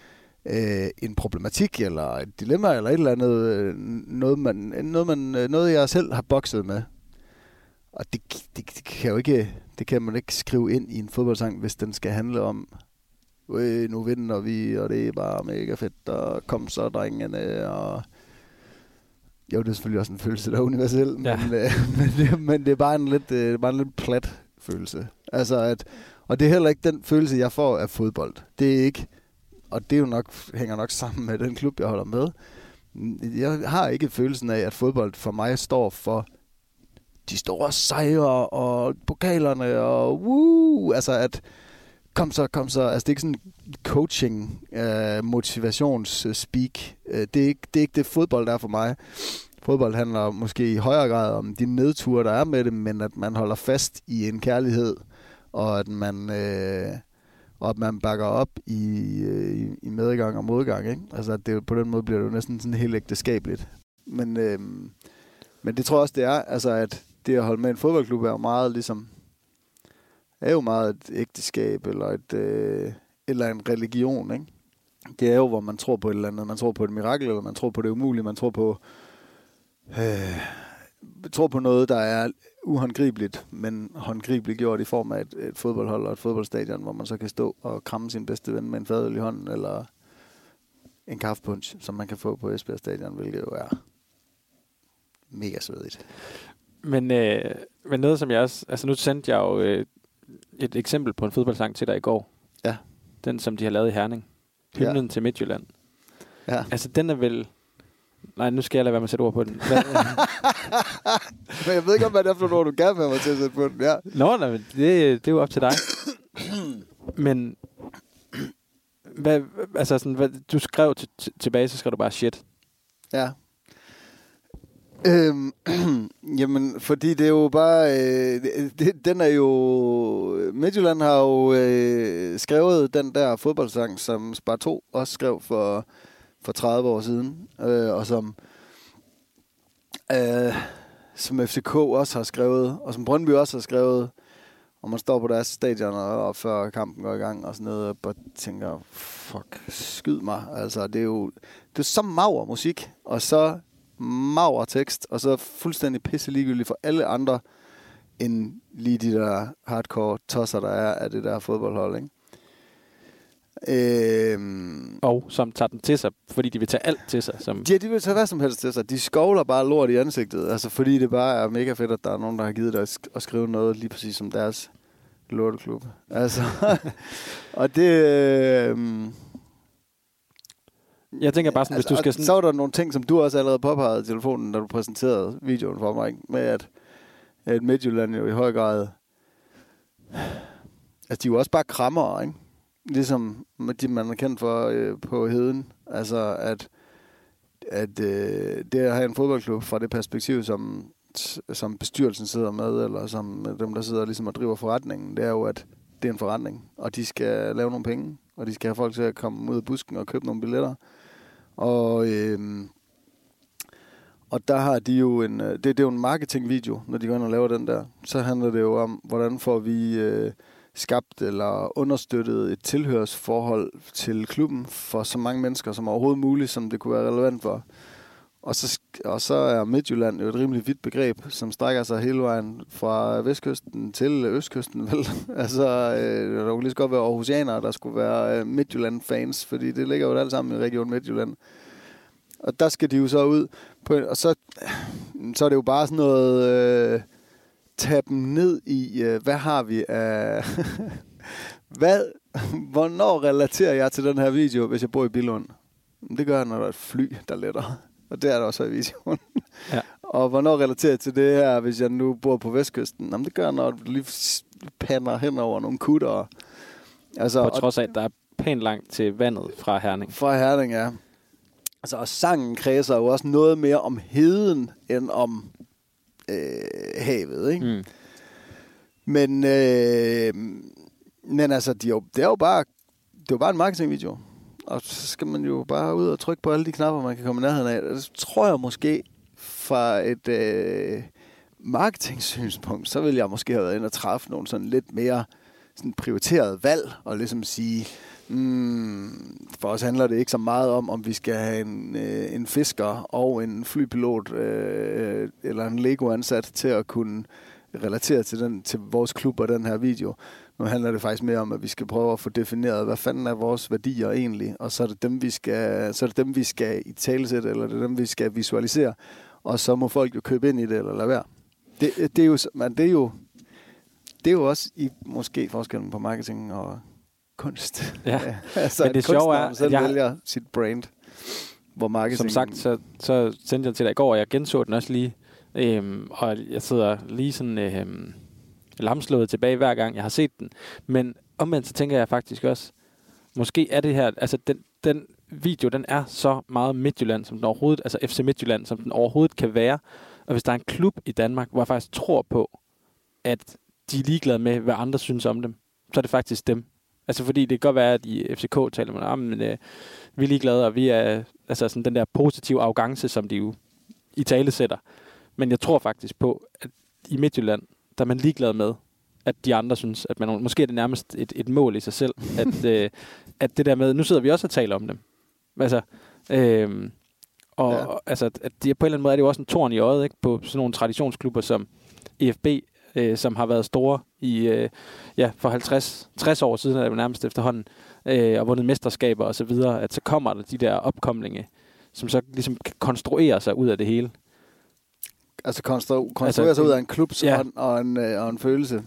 øh, en problematik, eller et dilemma, eller et eller andet, øh, noget, man, noget, man, noget, jeg selv har bokset med. Og det, det, det, kan jo ikke, det kan man ikke skrive ind i en fodboldsang, hvis den skal handle om, nu vinder vi, og det er bare mega fedt, og kom så, drengene, og jo, det er selvfølgelig også en følelse, der er universel, ja. men, øh, men, det, men det er bare en lidt, øh, bare en lidt plat følelse. Altså at, og det er heller ikke den følelse, jeg får af fodbold. Det er ikke, og det er jo nok, hænger nok sammen med den klub, jeg holder med. Jeg har ikke følelsen af, at fodbold for mig står for de store sejre og pokalerne og woo, altså at kom så, kom så, altså det er ikke sådan coaching, uh, motivations-speak. Uh, det, er ikke, det er ikke det fodbold, der er for mig. Fodbold handler måske i højere grad om de nedture, der er med det, men at man holder fast i en kærlighed, og at man, uh, og at man bakker op i, uh, i medgang og modgang. Ikke? Altså at det, på den måde bliver det jo næsten sådan helt ægteskabeligt. Men, uh, men det tror jeg også, det er, altså at det at holde med en fodboldklub er jo meget ligesom, er jo meget et ægteskab, eller et øh, eller en religion, ikke? Det er jo, hvor man tror på et eller andet. Man tror på et mirakel, eller man tror på det umulige. Man tror på, øh, tror på noget, der er uhåndgribeligt, men håndgribeligt gjort i form af et, et fodboldhold og et fodboldstadion, hvor man så kan stå og kramme sin bedste ven med en fadøl i hånden, eller en kaffepunch, som man kan få på Esbjerg Stadion, hvilket jo er mega svedigt. Men, øh, men noget, som jeg også... Altså, nu sendte jeg jo øh, et eksempel på en fodboldsang til dig i går. Ja. Den, som de har lavet i Herning. Hymnen ja. til Midtjylland. Ja. Altså, den er vel... Nej, nu skal jeg lade være med at sætte ord på den. Men jeg ved ikke, om hvad det er for noget, du gerne vil have mig til at sætte på den. Ja. Nå, nej, det, det er jo op til dig. Men... Hvad, altså, sådan, hvad, du skrev t- t- tilbage, så skrev du bare shit. Ja. Øhm, jamen, fordi det er jo bare, øh, det, den er jo, Midtjylland har jo øh, skrevet den der fodboldsang, som Spar to også skrev for, for tredive år siden, øh, og som, øh, som F C K også har skrevet, og som Brøndby også har skrevet, og man står på deres stadion, og, og før kampen går i gang, og sådan noget, og bare tænker, fuck, skyd mig, altså, det er jo, det er så mager musik, og så mager tekst, og så fuldstændig pisse ligegyldigt for alle andre, end lige de der hardcore tosser, der er af det der fodboldhold, ikke? Øhm, og som tager den til sig, fordi de vil tage alt til sig. Som ja, de vil tage hvad som helst til sig. De skovler bare lort i ansigtet, altså fordi det bare er mega fedt, at der er nogen, der har givet dig at skrive noget lige præcis som deres lorteklub. Altså, og det... Øhm, Jeg tænker bare sådan, altså, hvis du skal sådan... Så var der nogle ting, som du også allerede påpegede i telefonen, da du præsenterede videoen for mig, ikke? Med at, at Midtjylland jo i høj grad... Altså, de er jo også bare krammer, ikke? Ligesom de, man er kendt for øh, på heden. Altså, at, at øh, det at have en fodboldklub fra det perspektiv, som, som bestyrelsen sidder med, eller som dem, der sidder ligesom og driver forretningen, det er jo, at det er en forretning, og de skal lave nogle penge, og de skal have folk til at komme ud af busken og købe nogle billetter. Og, øhm, og der har de jo en, det, det er jo en marketingvideo, når de går ind og laver den der. Så handler det jo om, hvordan får vi øh, skabt eller understøttet et tilhørsforhold til klubben for så mange mennesker som overhovedet muligt, som det kunne være relevant for. Og så, og så er Midtjylland jo et rimelig vidt begreb, som strækker sig hele vejen fra vestkysten til østkysten. Vel? Altså, øh, der kunne lige så godt være aarhusianere, der skulle være øh, Midtjylland-fans, fordi det ligger jo alt sammen i Region Midtjylland. Og der skal de jo så ud på, og så, så er det jo bare sådan noget, øh, tage dem ned i, øh, hvad har vi af... hvad, hvornår relaterer jeg til den her video, hvis jeg bor i Billund? Det gør jeg, når der er et fly, der letter. Og det er der også i videoen. Ja. Og hvornår relaterer jeg til det her, hvis jeg nu bor på vestkysten? Jamen, det gør jeg, når du lige pander hen over nogle kutter. Altså, på trods af, at der er pænt langt til vandet fra Herning. Fra Herning, ja. Altså, og sangen kredser jo også noget mere om heden, end om øh, havet, ikke? Mm. Men, øh, men altså, de er jo, det er jo bare, det er jo bare en marketingvideo. Og så skal man jo bare ud og trykke på alle de knapper, man kan komme i nærheden af. Det tror jeg måske, fra et øh, marketing-synspunkt, så vil jeg måske have været inde og træffe nogle sådan lidt mere sådan prioriteret valg, og ligesom sige, Mm, for os handler det ikke så meget om, om vi skal have en, øh, en fisker og en flypilot øh, eller en Lego-ansat til at kunne relatere til, den, til vores klub og den her video. Nu handler det faktisk mere om, at vi skal prøve at få defineret, hvad fanden er vores værdier egentlig, og så er det dem, vi skal, så er det dem, vi skal i talesætte, eller det er dem, vi skal visualisere, og så må folk jo købe ind i det, eller lade være. Det, det, er, jo, man, det, er, jo, det er jo også i måske forskellen på marketing og kunst. Ja, ja. Altså, men det sjove er, at selv jeg vælger sit brand, hvor marketing... Som sagt, så, så sendte jeg til dig i går, og jeg genså den også lige, øhm, og jeg sidder lige sådan øhm, lamslået tilbage hver gang, jeg har set den. Men omvendt, så tænker jeg faktisk også, måske er det her, altså den, den video, den er så meget Midtjylland, som den overhovedet, altså F C Midtjylland, som den overhovedet kan være. Og hvis der er en klub i Danmark, hvor jeg faktisk tror på, at de er ligeglade med, hvad andre synes om dem, så er det faktisk dem. Altså fordi det kan godt være, at i F C K taler man om, men øh, vi er ligeglade, og vi er altså sådan den der positive arrogance, som de jo i tale sætter. Men jeg tror faktisk på, at i Midtjylland, der er man ligeglad med, at de andre synes, at man måske er det nærmest et, et mål i sig selv, at, øh, at det der med, nu sidder vi også og taler om dem. Altså, øh, og ja. altså, at de, på en eller anden måde er det jo også en torn i øjet, ikke, på sådan nogle traditionsklubber som E F B, øh, som har været store i øh, ja, for halvtreds tres år siden, er det nærmest efterhånden, øh, og vundet mesterskaber og så videre, at så kommer der de der opkomlinge, som så ligesom kan konstruere sig ud af det hele. Altså konstru- konstruere altså, sig ud af en klubs ja. og, og, en, øh, og en følelse.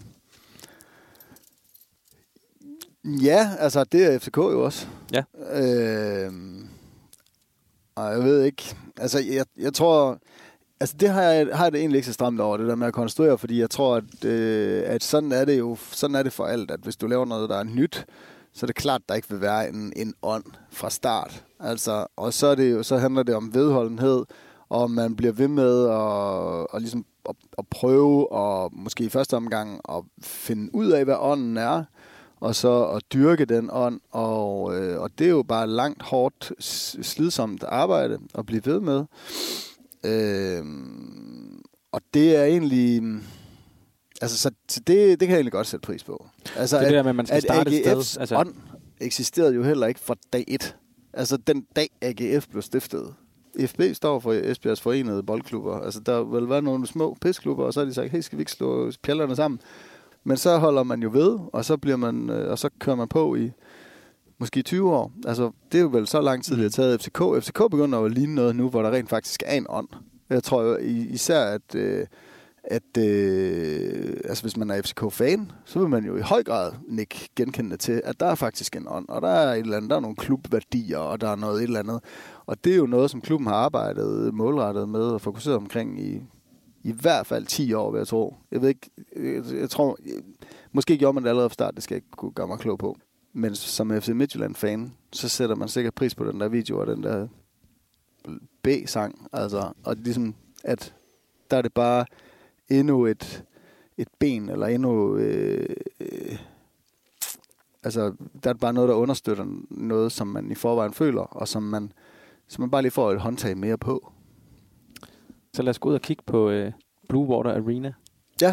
Ja, altså det er F C K jo også. Ja. Øh, og jeg ved ikke, altså jeg, jeg tror, altså det har jeg, har jeg det egentlig ikke så stramt over, det der med at konstruere, fordi jeg tror, at, øh, at sådan er det jo, sådan er det for alt, at hvis du laver noget, der er nyt, så er det klart, at der ikke vil være en, en ånd fra start. Altså, og så, er det jo, så handler det om vedholdenhed, og man bliver ved med at, at, ligesom at, at prøve, og måske i første omgang at finde ud af, hvad ånden er, og så at dyrke den ånd, og, øh, og det er jo bare langt, hårdt, slidsomt arbejde at blive ved med. Øh, og det er egentlig... Altså, så, så det, det kan jeg egentlig godt sætte pris på. Altså, det er at, det der med, at man skal starte et sted. sted. Altså, ånd eksisterede jo heller ikke fra dag et. Altså, den dag A G F blev stiftet. F B står for Esbjergs Forenede Boldklubber. Altså, der vil være nogle små pisklubber, og så har de sagt, hey, skal vi ikke slå pjallerne sammen? Men så holder man jo ved, og så bliver man, og så kører man på i måske tyve år. Altså, det er jo vel så lang tid, det har taget F C K. F C K begynder jo at ligne noget nu, hvor der rent faktisk er en ånd. Jeg tror jo især, at, at øh, altså, hvis man er F C K-fan, så vil man jo i høj grad nikke genkendende til, at der er faktisk en ånd, og der er et eller andet, der er nogle klubværdier, og der er noget et eller andet. Og det er jo noget, som klubben har arbejdet målrettet med og fokuseret omkring i i hvert fald ti år, vil jeg tro. Jeg ved ikke, jeg, jeg tror, jeg, måske gjorde man det allerede fra start, det skal jeg ikke kunne gøre mig klog på. Men som F C Midtjylland-fan, så sætter man sikkert pris på den der video og den der B-sang. Altså, og ligesom, at der er det bare endnu et, et ben, eller endnu... Øh, øh, altså, der er det bare noget, der understøtter noget, som man i forvejen føler, og som man, som man bare lige får et håndtag mere på. Så lad os gå ud og kigge på øh, Blue Water Arena. Ja.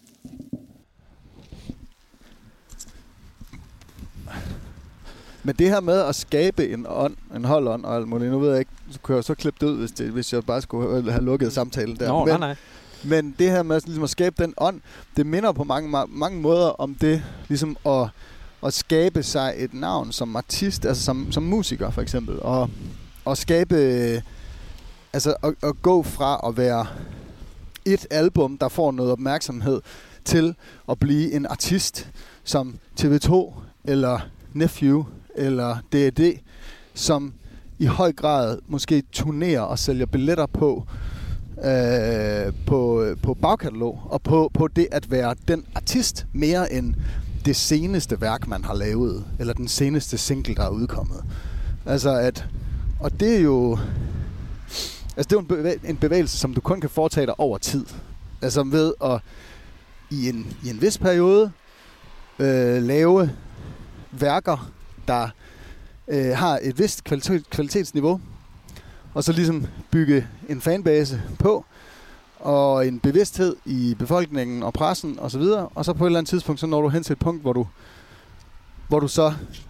Men det her med at skabe en ånd, en holdånd og alt muligt, nu ved jeg ikke, så kunne jeg så klippe det ud, hvis, det, hvis jeg bare skulle have lukket samtalen der. Nå, men, nej, nej. Men det her med ligesom at skabe den ånd, det minder på mange, mange måder om det, ligesom at, at skabe sig et navn som artist, altså som, som musiker for eksempel, og at skabe... Altså at, at gå fra at være et album, der får noget opmærksomhed, til at blive en artist som T V to, eller Nephew, eller D A D, som i høj grad måske turnerer og sælger billetter på, øh, på, på bagkatalog, og på, på det at være den artist, mere end det seneste værk, man har lavet, eller den seneste single, der er udkommet. Altså at, og det er jo... Altså, det er jo en, bevæ- en bevægelse, som du kun kan foretage dig over tid. Altså ved at i en, i en vis periode øh, lave værker, der øh, har et vist kvalitet, kvalitetsniveau, og så ligesom bygge en fanbase på, og en bevidsthed i befolkningen og pressen og så videre, og så på et eller andet tidspunkt, så når du hen til et punkt, hvor du, hvor du så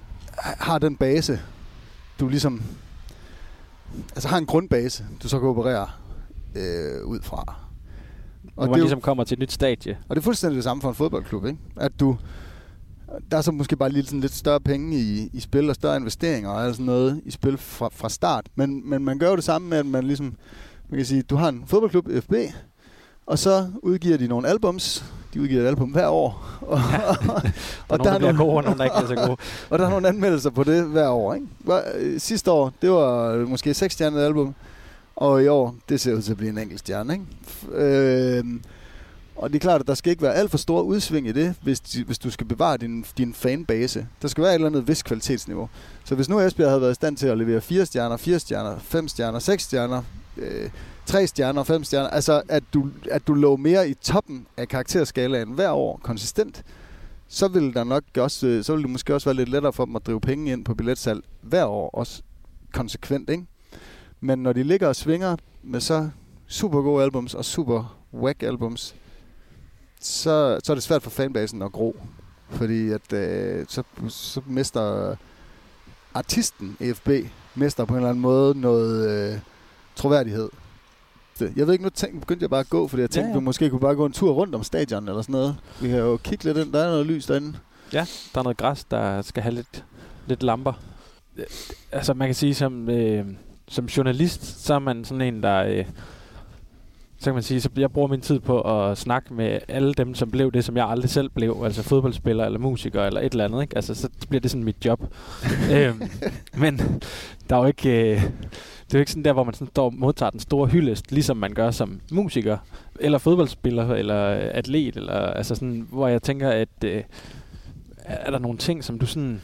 har den base, du ligesom... Altså har en grundbase, du så kan operere øh, ud fra. Og man ligesom kommer til et nyt stadie. Og det er fuldstændig det samme for en fodboldklub, ikke? At du... Der er så måske bare lige sådan lidt større penge i, i spil, og større investeringer og sådan noget i spil fra, fra start. Men, men man gør jo det samme med, at man ligesom... Man kan sige, du har en fodboldklub, F B, og så udgiver de nogle albums. De udgiver et album hver år. Og, ja. og, og der, der er nogle, gode, og nogle, der ikke er så gode. Og der er nogle anmeldelser på det hver år, ikke? Sidste år, det var måske seks stjernet album, og i år, det ser ud til at blive en enkelt stjerne, ikke? Øh, og det er klart, at der skal ikke være alt for store udsving i det, hvis, hvis du skal bevare din, din fanbase. Der skal være et eller andet vis kvalitetsniveau. Så hvis nu Esbjerg havde været i stand til at levere fire stjerner, fire stjerner, fem stjerner, seks stjerner, øh, tre stjerner, fem stjerner, altså at du, at du lå mere i toppen af karakterskalaen hver år, konsistent, så ville der nok også, så ville det måske også være lidt lettere for dem at drive penge ind på billetsalg hver år, også konsekvent, ikke? Men når de ligger og svinger med så super gode albums og super whack albums, så, så er det svært for fanbasen at gro. Fordi at øh, så, så mister artisten E F B mister på en eller anden måde noget øh, troværdighed. Jeg ved ikke, nu tænkte, begyndte jeg bare at gå, fordi jeg tænkte, ja, ja. vi måske kunne bare gå en tur rundt om stadion eller sådan noget. Vi kan jo kigge lidt ind. Der er noget lys derinde. Ja, der er noget græs, der skal have lidt, lidt lamper. Altså man kan sige, som, øh, som journalist, så er man sådan en, der... Øh, så kan man sige, så jeg bruger min tid på at snakke med alle dem, som blev det, som jeg aldrig selv blev. Altså fodboldspiller eller musiker eller et eller andet, ikke? Altså så bliver det sådan mit job. øhm, men der er jo ikke... Øh, det er jo ikke sådan der, hvor man sådan står og modtager den store hyldest, ligesom man gør som musiker, eller fodboldspiller, eller atlet, eller altså sådan, hvor jeg tænker, at øh, er der nogle ting, som du sådan,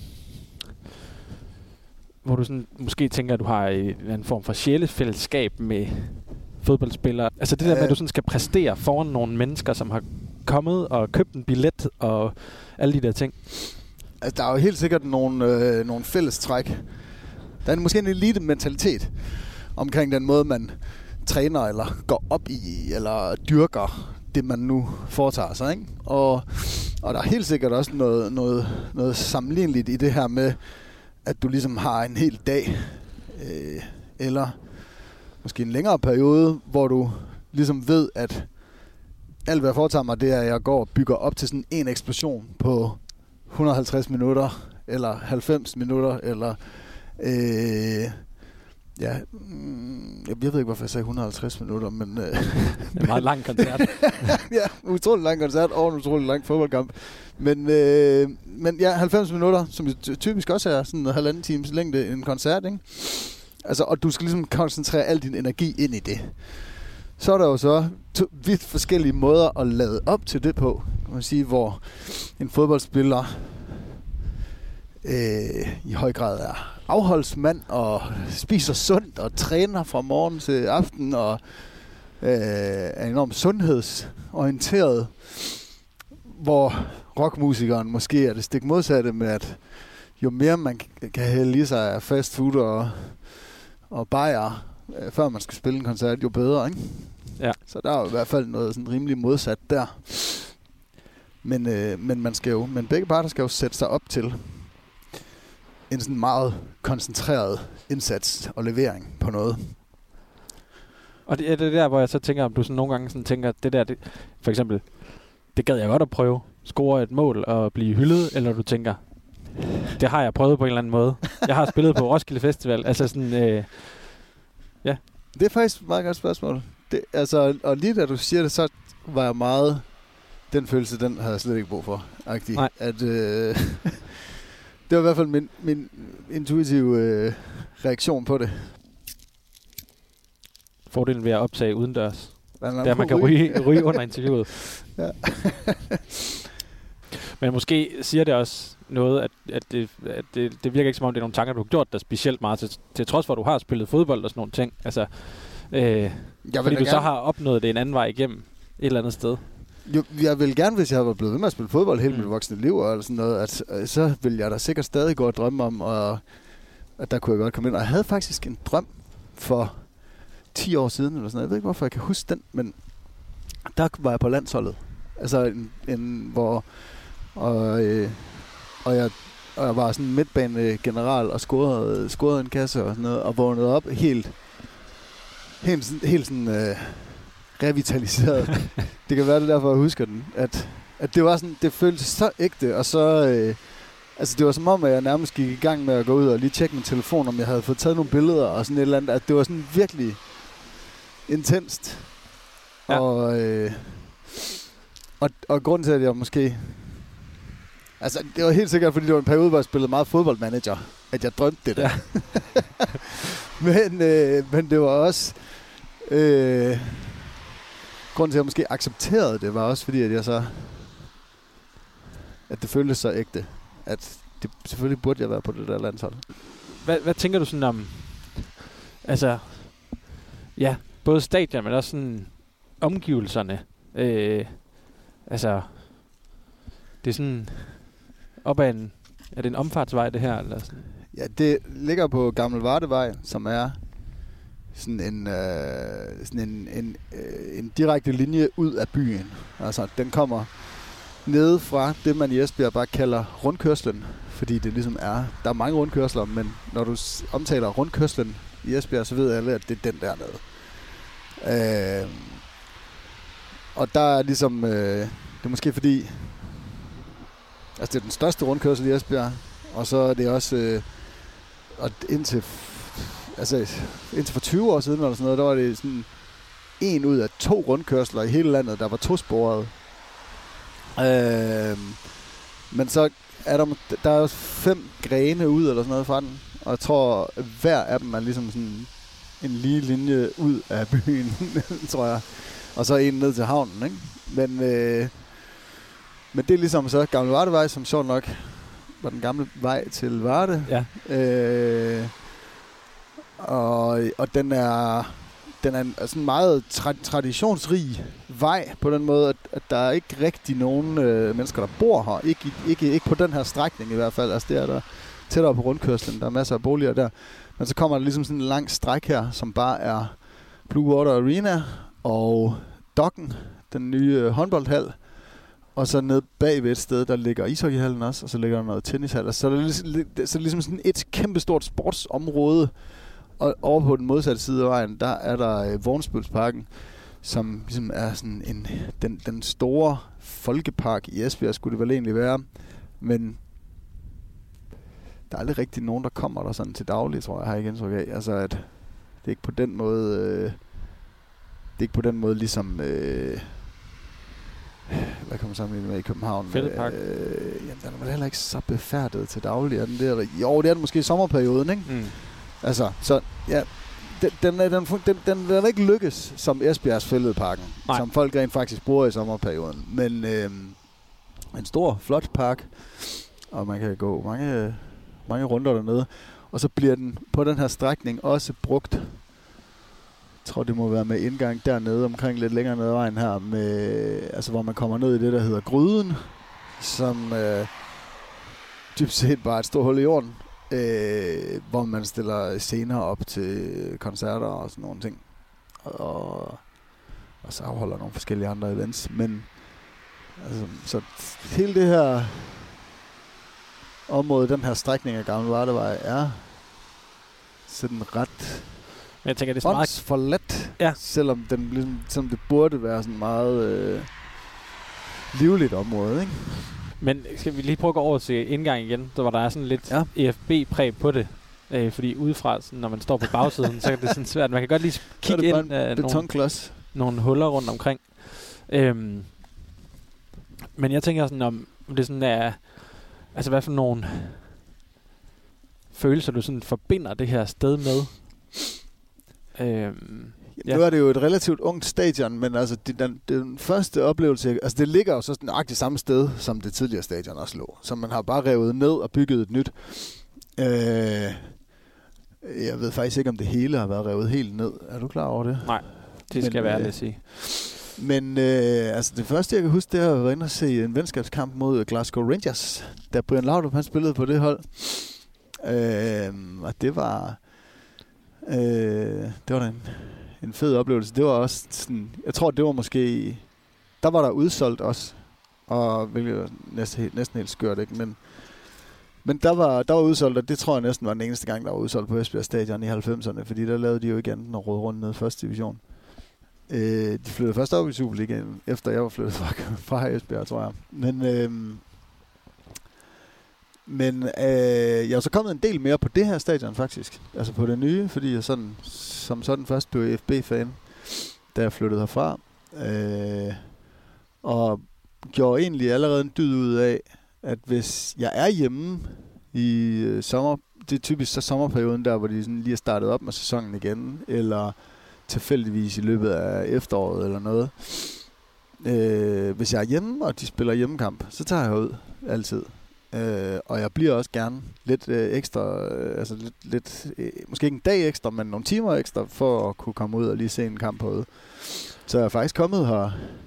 hvor du sådan måske tænker, at du har en form for sjælefællesskab med fodboldspillere. Altså det der med, at du sådan skal præstere foran nogle mennesker, som har kommet og købt en billet og alle de der ting. Altså der er jo helt sikkert nogle, øh, nogle fællestræk. Der er måske en elite mentalitet omkring den måde, man træner eller går op i, eller dyrker det, man nu foretager sig, ikke? Og, og der er helt sikkert også noget, noget, noget sammenligneligt i det her med, at du ligesom har en hel dag, øh, eller måske en længere periode, hvor du ligesom ved, at alt, hvad jeg foretager mig, det er, at jeg går og bygger op til sådan en eksplosion på et hundrede og halvtreds minutter, eller halvfems minutter, eller... Øh, ja, mm, jeg ved ikke, hvorfor jeg sagde et hundrede og halvtreds minutter, men... Øh, det er en meget lang koncert. ja, utrolig lang koncert og en utrolig lang fodboldkamp. Men, øh, men ja, halvfems minutter, som typisk også er sådan en halvanden times længde en koncert, ikke? Altså, og du skal ligesom koncentrere al din energi ind i det. Så er der jo så to vidt forskellige måder at lade op til det på, kan man sige, hvor en fodboldspiller øh, i høj grad er afholdsmand og spiser sundt og træner fra morgen til aften og øh, er enormt sundhedsorienteret, hvor rockmusikeren måske er det stik modsatte med, at jo mere man kan hælde i sig af fast food og, og bajer, øh, før man skal spille en koncert, jo bedre, ikke? Ja. Så der er jo i hvert fald noget sådan rimelig modsat der. Men, øh, men, man skal jo, men begge parter skal jo sætte sig op til en sådan meget koncentreret indsats og levering på noget. Og det er det der, hvor jeg så tænker, om du sådan nogle gange sådan tænker, det der, det, for eksempel, det gad jeg godt at prøve, score et mål og blive hyldet, eller du tænker, det har jeg prøvet på en eller anden måde. Jeg har spillet på Roskilde Festival, altså sådan, øh, ja. Det er faktisk et meget godt spørgsmål. Det, altså, og lige da du siger det, så var jeg meget, den følelse, den havde jeg slet ikke brug for. Agtig. Nej. At, øh, det var i hvert fald min, min intuitive øh, reaktion på det. Fordelen ved at optage udendørs. Der der man kan ryge, ryge under interviewet. Ja. Men måske siger det også noget, at, at, det, at det, det virker ikke som om, det er nogle tanker, du har gjort dig specielt meget, til, til trods for, at du har spillet fodbold og sådan nogle ting. Altså, øh, fordi du gerne så har opnået det en anden vej igennem et eller andet sted. Jo, jeg ville gerne, hvis jeg havde blevet ved med at spille fodbold hele mm. mit voksne liv, og sådan noget, at, øh, så ville jeg da sikkert stadig gå og drømme om, og, at der kunne jeg godt komme ind. Og jeg havde faktisk en drøm for ti år siden, eller sådan noget. Jeg ved ikke, hvorfor jeg kan huske den, men der var jeg på landsholdet. Altså, en, en, hvor... Og, øh, og jeg og jeg var sådan en midtbanegeneral og scorede, scorede en kasse og sådan noget, og vågnede op helt, helt, sådan, helt sådan øh, revitaliseret. Det kan være det derfor, jeg husker den. At, at det var sådan, det føltes så ægte, og så... Øh, altså det var som om, at jeg nærmest gik i gang med at gå ud og lige tjekke min telefon, om jeg havde fået taget nogle billeder og sådan et eller andet. At det var sådan virkelig intenst. Ja. Og, øh, og, og grunden til, at jeg måske... Altså, det var helt sikkert, fordi det var en periode, hvor jeg spillede meget fodboldmanager, at jeg drømte det der. Ja. men, øh, men det var også... Øh, grunden til, at jeg måske accepterede det, var også fordi, at jeg så... At det føltes så ægte. At det, selvfølgelig burde jeg være på det der landshold. Hvad, hvad tænker du sådan om... Altså... Ja, både stadion, men også sådan... Omgivelserne. Øh, altså... Det er sådan... Op ad en... Er det en omfartsvej, det her? Eller sådan? Ja, det ligger på Gammel Vardevej, som er sådan en, øh, sådan en, en, øh, en direkte linje ud af byen. Altså, den kommer nede fra det, man i Esbjerg bare kalder rundkørslen. Fordi det ligesom er... Der er mange rundkørsler, men når du omtaler rundkørslen i Esbjerg, så ved alle, at det er den dernede. Øh, og der er ligesom... Øh, det er måske fordi... Altså, det er den største rundkørsel i Esbjerg, og så er det også, øh, og indtil, altså, indtil for tyve år siden, eller sådan noget, der var det sådan en ud af to rundkørsler i hele landet, der var tosporet. Øh, men så er der, der er også fem grene ud, eller sådan noget fra den, og jeg tror, hver af dem er ligesom sådan en lige linje ud af byen, tror jeg. Og så en ned til havnen, ikke? Men... Øh, Men det er ligesom så Gamle Vardevej, som sjovt nok var den gamle vej til Varde. Ja. Øh, og, og den er den er en sådan en meget tra- traditionsrig vej på den måde, at, at der er ikke rigtig nogen øh, mennesker, der bor her. Ikke, ikke, ikke på den her strækning i hvert fald. Altså det er der tættere på rundkørslen. Der er masser af boliger der. Men så kommer der ligesom sådan en lang stræk her, som bare er Blue Water Arena og Dokken, den nye håndboldhal. Og så ned bagved et sted, der ligger ishockeyhallen også, og så ligger der noget tennishal. Så er det ligesom, så er det ligesom sådan et kæmpestort sportsområde. Og over på den modsatte side af vejen, der er der øh, Vognsbølsparken, som ligesom er sådan en, den, den store folkepark i Esbjerg, skulle det vel egentlig være. Men der er aldrig rigtig nogen, der kommer der sådan til daglig, tror jeg, har jeg ikke indtryk af. Altså, at det er ikke på den måde, øh, det er ikke på den måde ligesom... Øh, hvad kan man sammen med i København? Fældepark. Øh, jamen, den er vel heller ikke så befærdet til daglig. Er den der? Jo, det er den måske i sommerperioden, ikke? Mm. Altså, så ja, den, den, er, den, den, den, den er ikke lykkes som Esbjergs Fældeparken, Nej. Som folk rent faktisk bruger i sommerperioden. Men øh, en stor, flot park, og man kan gå mange, mange runder dernede. Og så bliver den på den her strækning også brugt. Jeg tror, det må være med indgang dernede, omkring lidt længere ned ad vejen her, med, altså, hvor man kommer ned i det, der hedder Gryden, som øh, dybt set bare er et stort hul i jorden, øh, hvor man stiller scener op til koncerter og sådan nogle ting. Og, og så afholder nogle forskellige andre events. Men altså, så hele det her område, den her strækning af Gamle Vardevej, er sådan ret... Men jeg tænker, det er meget for let, ja. Selvom den ligesom, selvom det burde være sådan meget øh, livligt område, ikke? Men skal vi lige prøve at gå over til indgang igen, der hvor der er sådan lidt ja. E F B-præg på det, øh, fordi udefra, sådan, når man står på bagsiden, så er det sådan svært. Man kan godt lige kigge ind af nogle, nogle huller rundt omkring. Øhm, men jeg tænker sådan om, om det sådan er, altså hvad for nogle følelser du sådan forbinder det her sted med. Øhm, ja. Nu er det jo et relativt ungt stadion, men altså det, den, den første oplevelse, altså det ligger jo så sådan nøjagtigt samme sted, som det tidligere stadion også lå. Så man har bare revet ned og bygget et nyt. Øh, jeg ved faktisk ikke, om det hele har været revet helt ned. Er du klar over det? Nej, det skal men, være øh, at sige. Men øh, altså det første, jeg kan huske, det er at være inde og se en venskabskamp mod Glasgow Rangers, da Brian Laudrup han spillede på det hold. Øh, og det var... Øh, det var da en, en fed oplevelse. Det var også sådan, jeg tror det var måske, der var der udsolgt også, og hvilket næsten helt, næsten helt skørt, ikke? Men Men der var, der var udsolgt, og det tror jeg næsten var den eneste gang, der var udsolgt på Esbjerg Stadion i halvfemserne, fordi der lavede de jo ikke andet end at råde rundt ned i første division. Øh, de flyttede først op i Superligaen, efter jeg var flyttet fra, fra Esbjerg, tror jeg. Men, øh, men øh, jeg er så kommet en del mere på det her stadion, faktisk. Altså på det nye, fordi jeg sådan, som sådan først blev F B-fan, da jeg flyttede herfra. Øh, og gjorde egentlig allerede en dyd ud af, at hvis jeg er hjemme i øh, sommer, det er typisk så sommerperioden der, hvor de sådan lige er startet op med sæsonen igen, eller tilfældigvis i løbet af efteråret eller noget. Øh, hvis jeg er hjemme, og de spiller hjemmekamp, så tager jeg ud altid. Øh, og jeg bliver også gerne lidt øh, ekstra, øh, altså lidt, lidt øh, måske ikke en dag ekstra, men nogle timer ekstra, for at kunne komme ud og lige se en kamp herude. Så jeg er faktisk kommet her,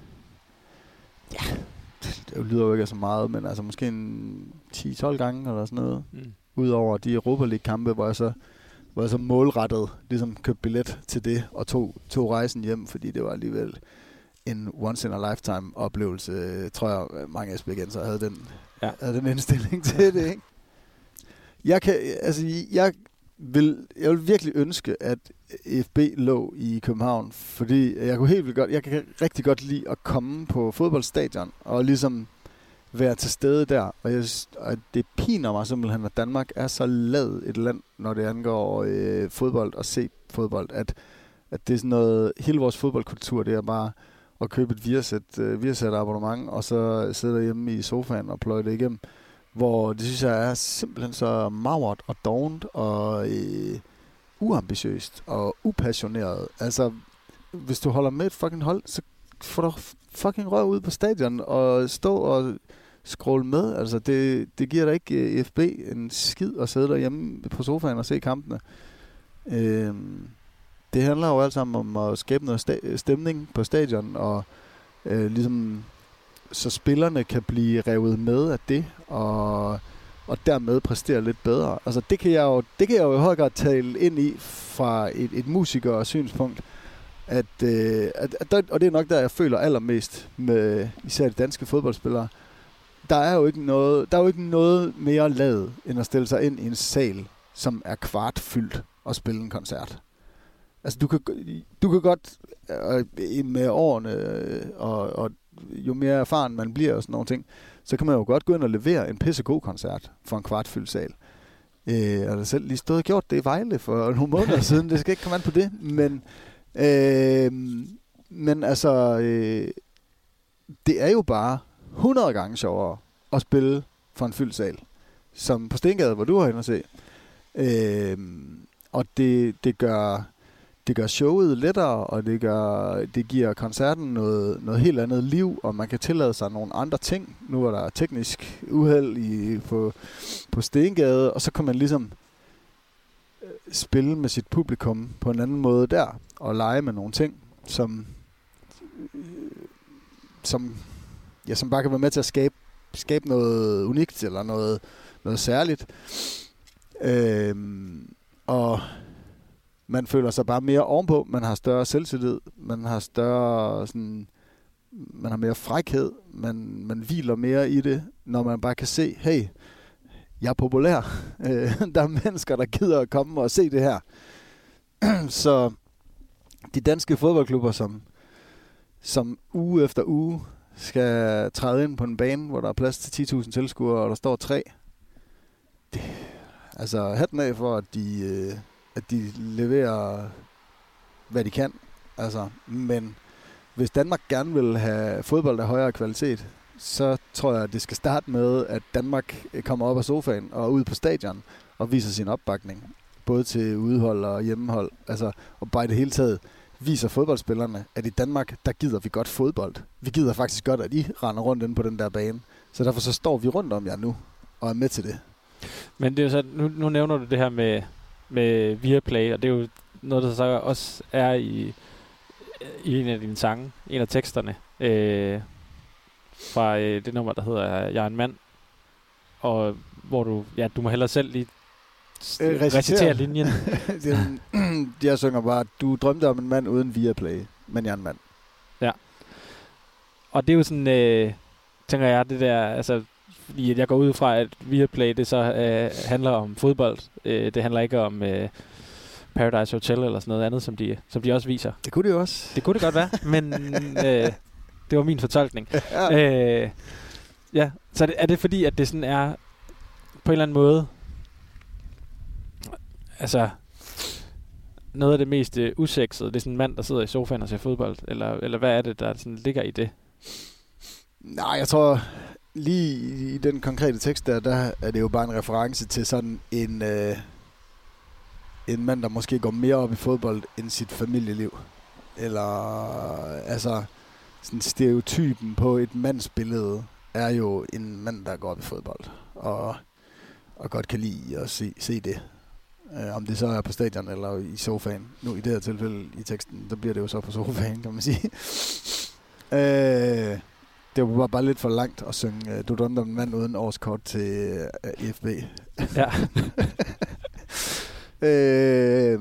ja, det lyder jo ikke så meget, men altså måske en ti tolv gange eller sådan noget. Mm. Udover de Europa League-kampe, hvor jeg så hvor jeg så målrettet ligesom købte billet til det og tog, tog rejsen hjem, fordi det var alligevel en once in a lifetime oplevelse. Tror jeg, mange esbjergenser havde den, ja. havde den indstilling til det, ikke? Jeg kan, altså, jeg vil, jeg vil virkelig ønske, at F B lå i København, fordi jeg kunne helt vildt godt, jeg kan rigtig godt lide at komme på fodboldstadion og ligesom være til stede der, og, jeg, og det piner mig simpelthen, at Danmark er så ladet et land, når det angår øh, fodbold og se fodbold, at, at det er sådan noget, hele vores fodboldkultur, det er bare at købe et Viasat, øh, Viasat abonnement, og så sidde derhjemme i sofaen og pløje det igennem, hvor det synes jeg er simpelthen så magert og dovent og øh, uambitiøst og upassioneret. Altså, hvis du holder med et fucking hold, så får du fucking røv ud på stadion og stå og scrolle med. Altså, det, det giver da ikke F B en skid at sidde derhjemme på sofaen og se kampene. Øhm, det handler jo alt sammen om at skabe noget sta- stemning på stadion, og øh, ligesom så spillerne kan blive revet med af det, og, og dermed præstere lidt bedre. Altså, det kan jeg jo, det kan jeg jo i høj grad tale ind i fra et, et musiker- synspunkt, at, øh, at, at der, og det er nok der, jeg føler allermest med især de danske fodboldspillere. Der er jo ikke noget, der er jo ikke noget mere ladet, end at stille sig ind i en sal, som er kvartfyldt og spille en koncert. Altså, du kan, du kan godt øh, med årene, øh, og, og jo mere erfaren man bliver og sådan nogle ting, så kan man jo godt gå ind og levere en pissegod koncert for en kvartfyldt sal. Øh, jeg har selv lige stået og gjort det i Vejle for nogle måneder siden, det skal ikke komme an på det, men øh, men altså øh, det er jo bare hundrede gange sjovere at spille for en fyldt sal, som på Stengade, hvor du har hen at se. Øh, og det, det gør det gør showet lettere, og det gør det giver koncerten noget noget helt andet liv, og man kan tillade sig nogle andre ting. Nu er der teknisk uheld i på på Stengade, og så kan man ligesom spille med sit publikum på en anden måde der, og lege med nogle ting, som som ja, som bare kan være med til at skabe skabe noget unikt eller noget noget særligt. Øhm, og man føler sig bare mere ovenpå, man har større selvtillid, man har større sådan, man har mere frækhed, man, man hviler mere i det, når man bare kan se, hey, jeg er populær. Der er mennesker, der gider at komme og se det her. Så de danske fodboldklubber, som, som uge efter uge skal træde ind på en bane, hvor der er plads til ti tusind tilskuere, og der står tre. Det, altså hatten af for, at de... Øh, at de leverer, hvad de kan. Altså, men hvis Danmark gerne vil have fodbold af højere kvalitet, så tror jeg, at det skal starte med, at Danmark kommer op af sofaen og ud på stadion og viser sin opbakning. Både til udehold og hjemmehold. Altså, og bare i det hele taget viser fodboldspillerne, at i Danmark, der gider vi godt fodbold. Vi gider faktisk godt, at I render rundt inde på den der bane. Så derfor så står vi rundt om jer nu og er med til det. Men det er jo så, nu, nu nævner du det her med med Viaplay, og det er jo noget, der så også er i, i en af dine sange, en af teksterne, øh, fra øh, det nummer, der hedder Jeg er en mand, og hvor du, ja, du må hellere selv lige st- øh, recitere linjen. Jeg synger bare, du drømte om en mand uden Viaplay, men jeg er en mand. Ja. Og det er jo sådan, øh, tænker jeg, det der, altså, fordi jeg går ud fra, at Viaplay det så øh, handler om fodbold. Øh, det handler ikke om øh, Paradise Hotel eller sådan noget andet, som de, som de også viser. Det kunne det jo også. Det kunne det godt være, men øh, det var min fortolkning. Ja. Øh, ja, så det, er det fordi, at det sådan er på en eller anden måde, altså noget af det mest øh, usexede, det er sådan en mand, der sidder i sofaen og ser fodbold, eller, eller hvad er det, der sådan ligger i det? Nej, jeg tror lige i den konkrete tekst der, der er det jo bare en reference til sådan en, øh, en mand, der måske går mere op i fodbold end sit familieliv. Eller altså sådan stereotypen på et mandsbillede er jo en mand, der går op i fodbold og, og godt kan lide at se, se det. Uh, om det så er på stadion eller i sofaen. Nu i det her tilfælde i teksten, der bliver det jo så på sofaen, kan man sige. uh, det var bare lidt for langt at synge uh, Du drømte om en mand uden årskort til uh, E F B. Ja. uh,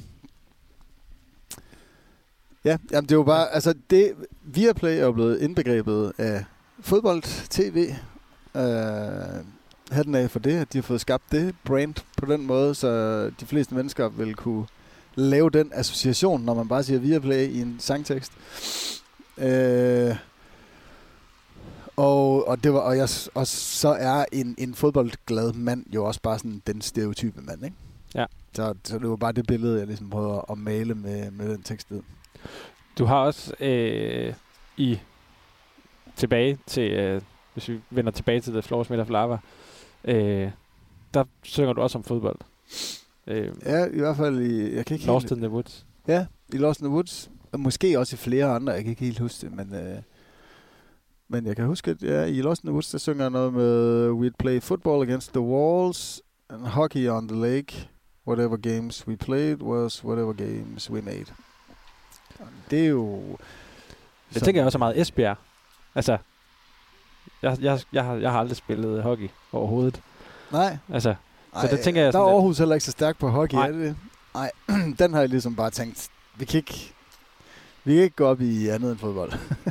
ja, jamen det er jo bare, altså det, Viaplay er jo blevet indbegrebet af fodbold-tv. Uh, hatten af for det, at de har fået skabt det brand på den måde, så de fleste mennesker vil kunne lave den association, når man bare siger Viaplay i en sangtekst. Øh, og, og, det var, og, jeg, og så er en, en fodboldglad mand jo også bare sådan den stereotype mand, ikke? Ja. Så, så det var bare det billede, jeg ligesom prøvede at male med, med den tekst. Du har også øh, i tilbage til, øh, hvis vi vender tilbage til The Floors Made of Lava, Øh, der synger du også om fodbold. Øh, ja, i hvert fald i... Jeg kan ikke Lost helt, in the Woods. Ja, i Lost in the Woods. Og måske også i flere andre, jeg kan ikke helt huske det, men... Øh, men jeg kan huske, at ja, i Lost in the Woods, der synger jeg noget med We'd play football against the walls and hockey on the lake. Whatever games we played was whatever games we made. Det er jo... Jeg tænker jeg også meget Esbjerg. Altså... Jeg, jeg, jeg, har, jeg har aldrig spillet hockey overhovedet. Nej. Altså, Ej, så det tænker jeg der er sådan, Aarhus heller ikke så stærk på hockey, nej. er det det? Nej, den har jeg ligesom bare tænkt, vi kan ikke, vi kan ikke gå op i andet end fodbold.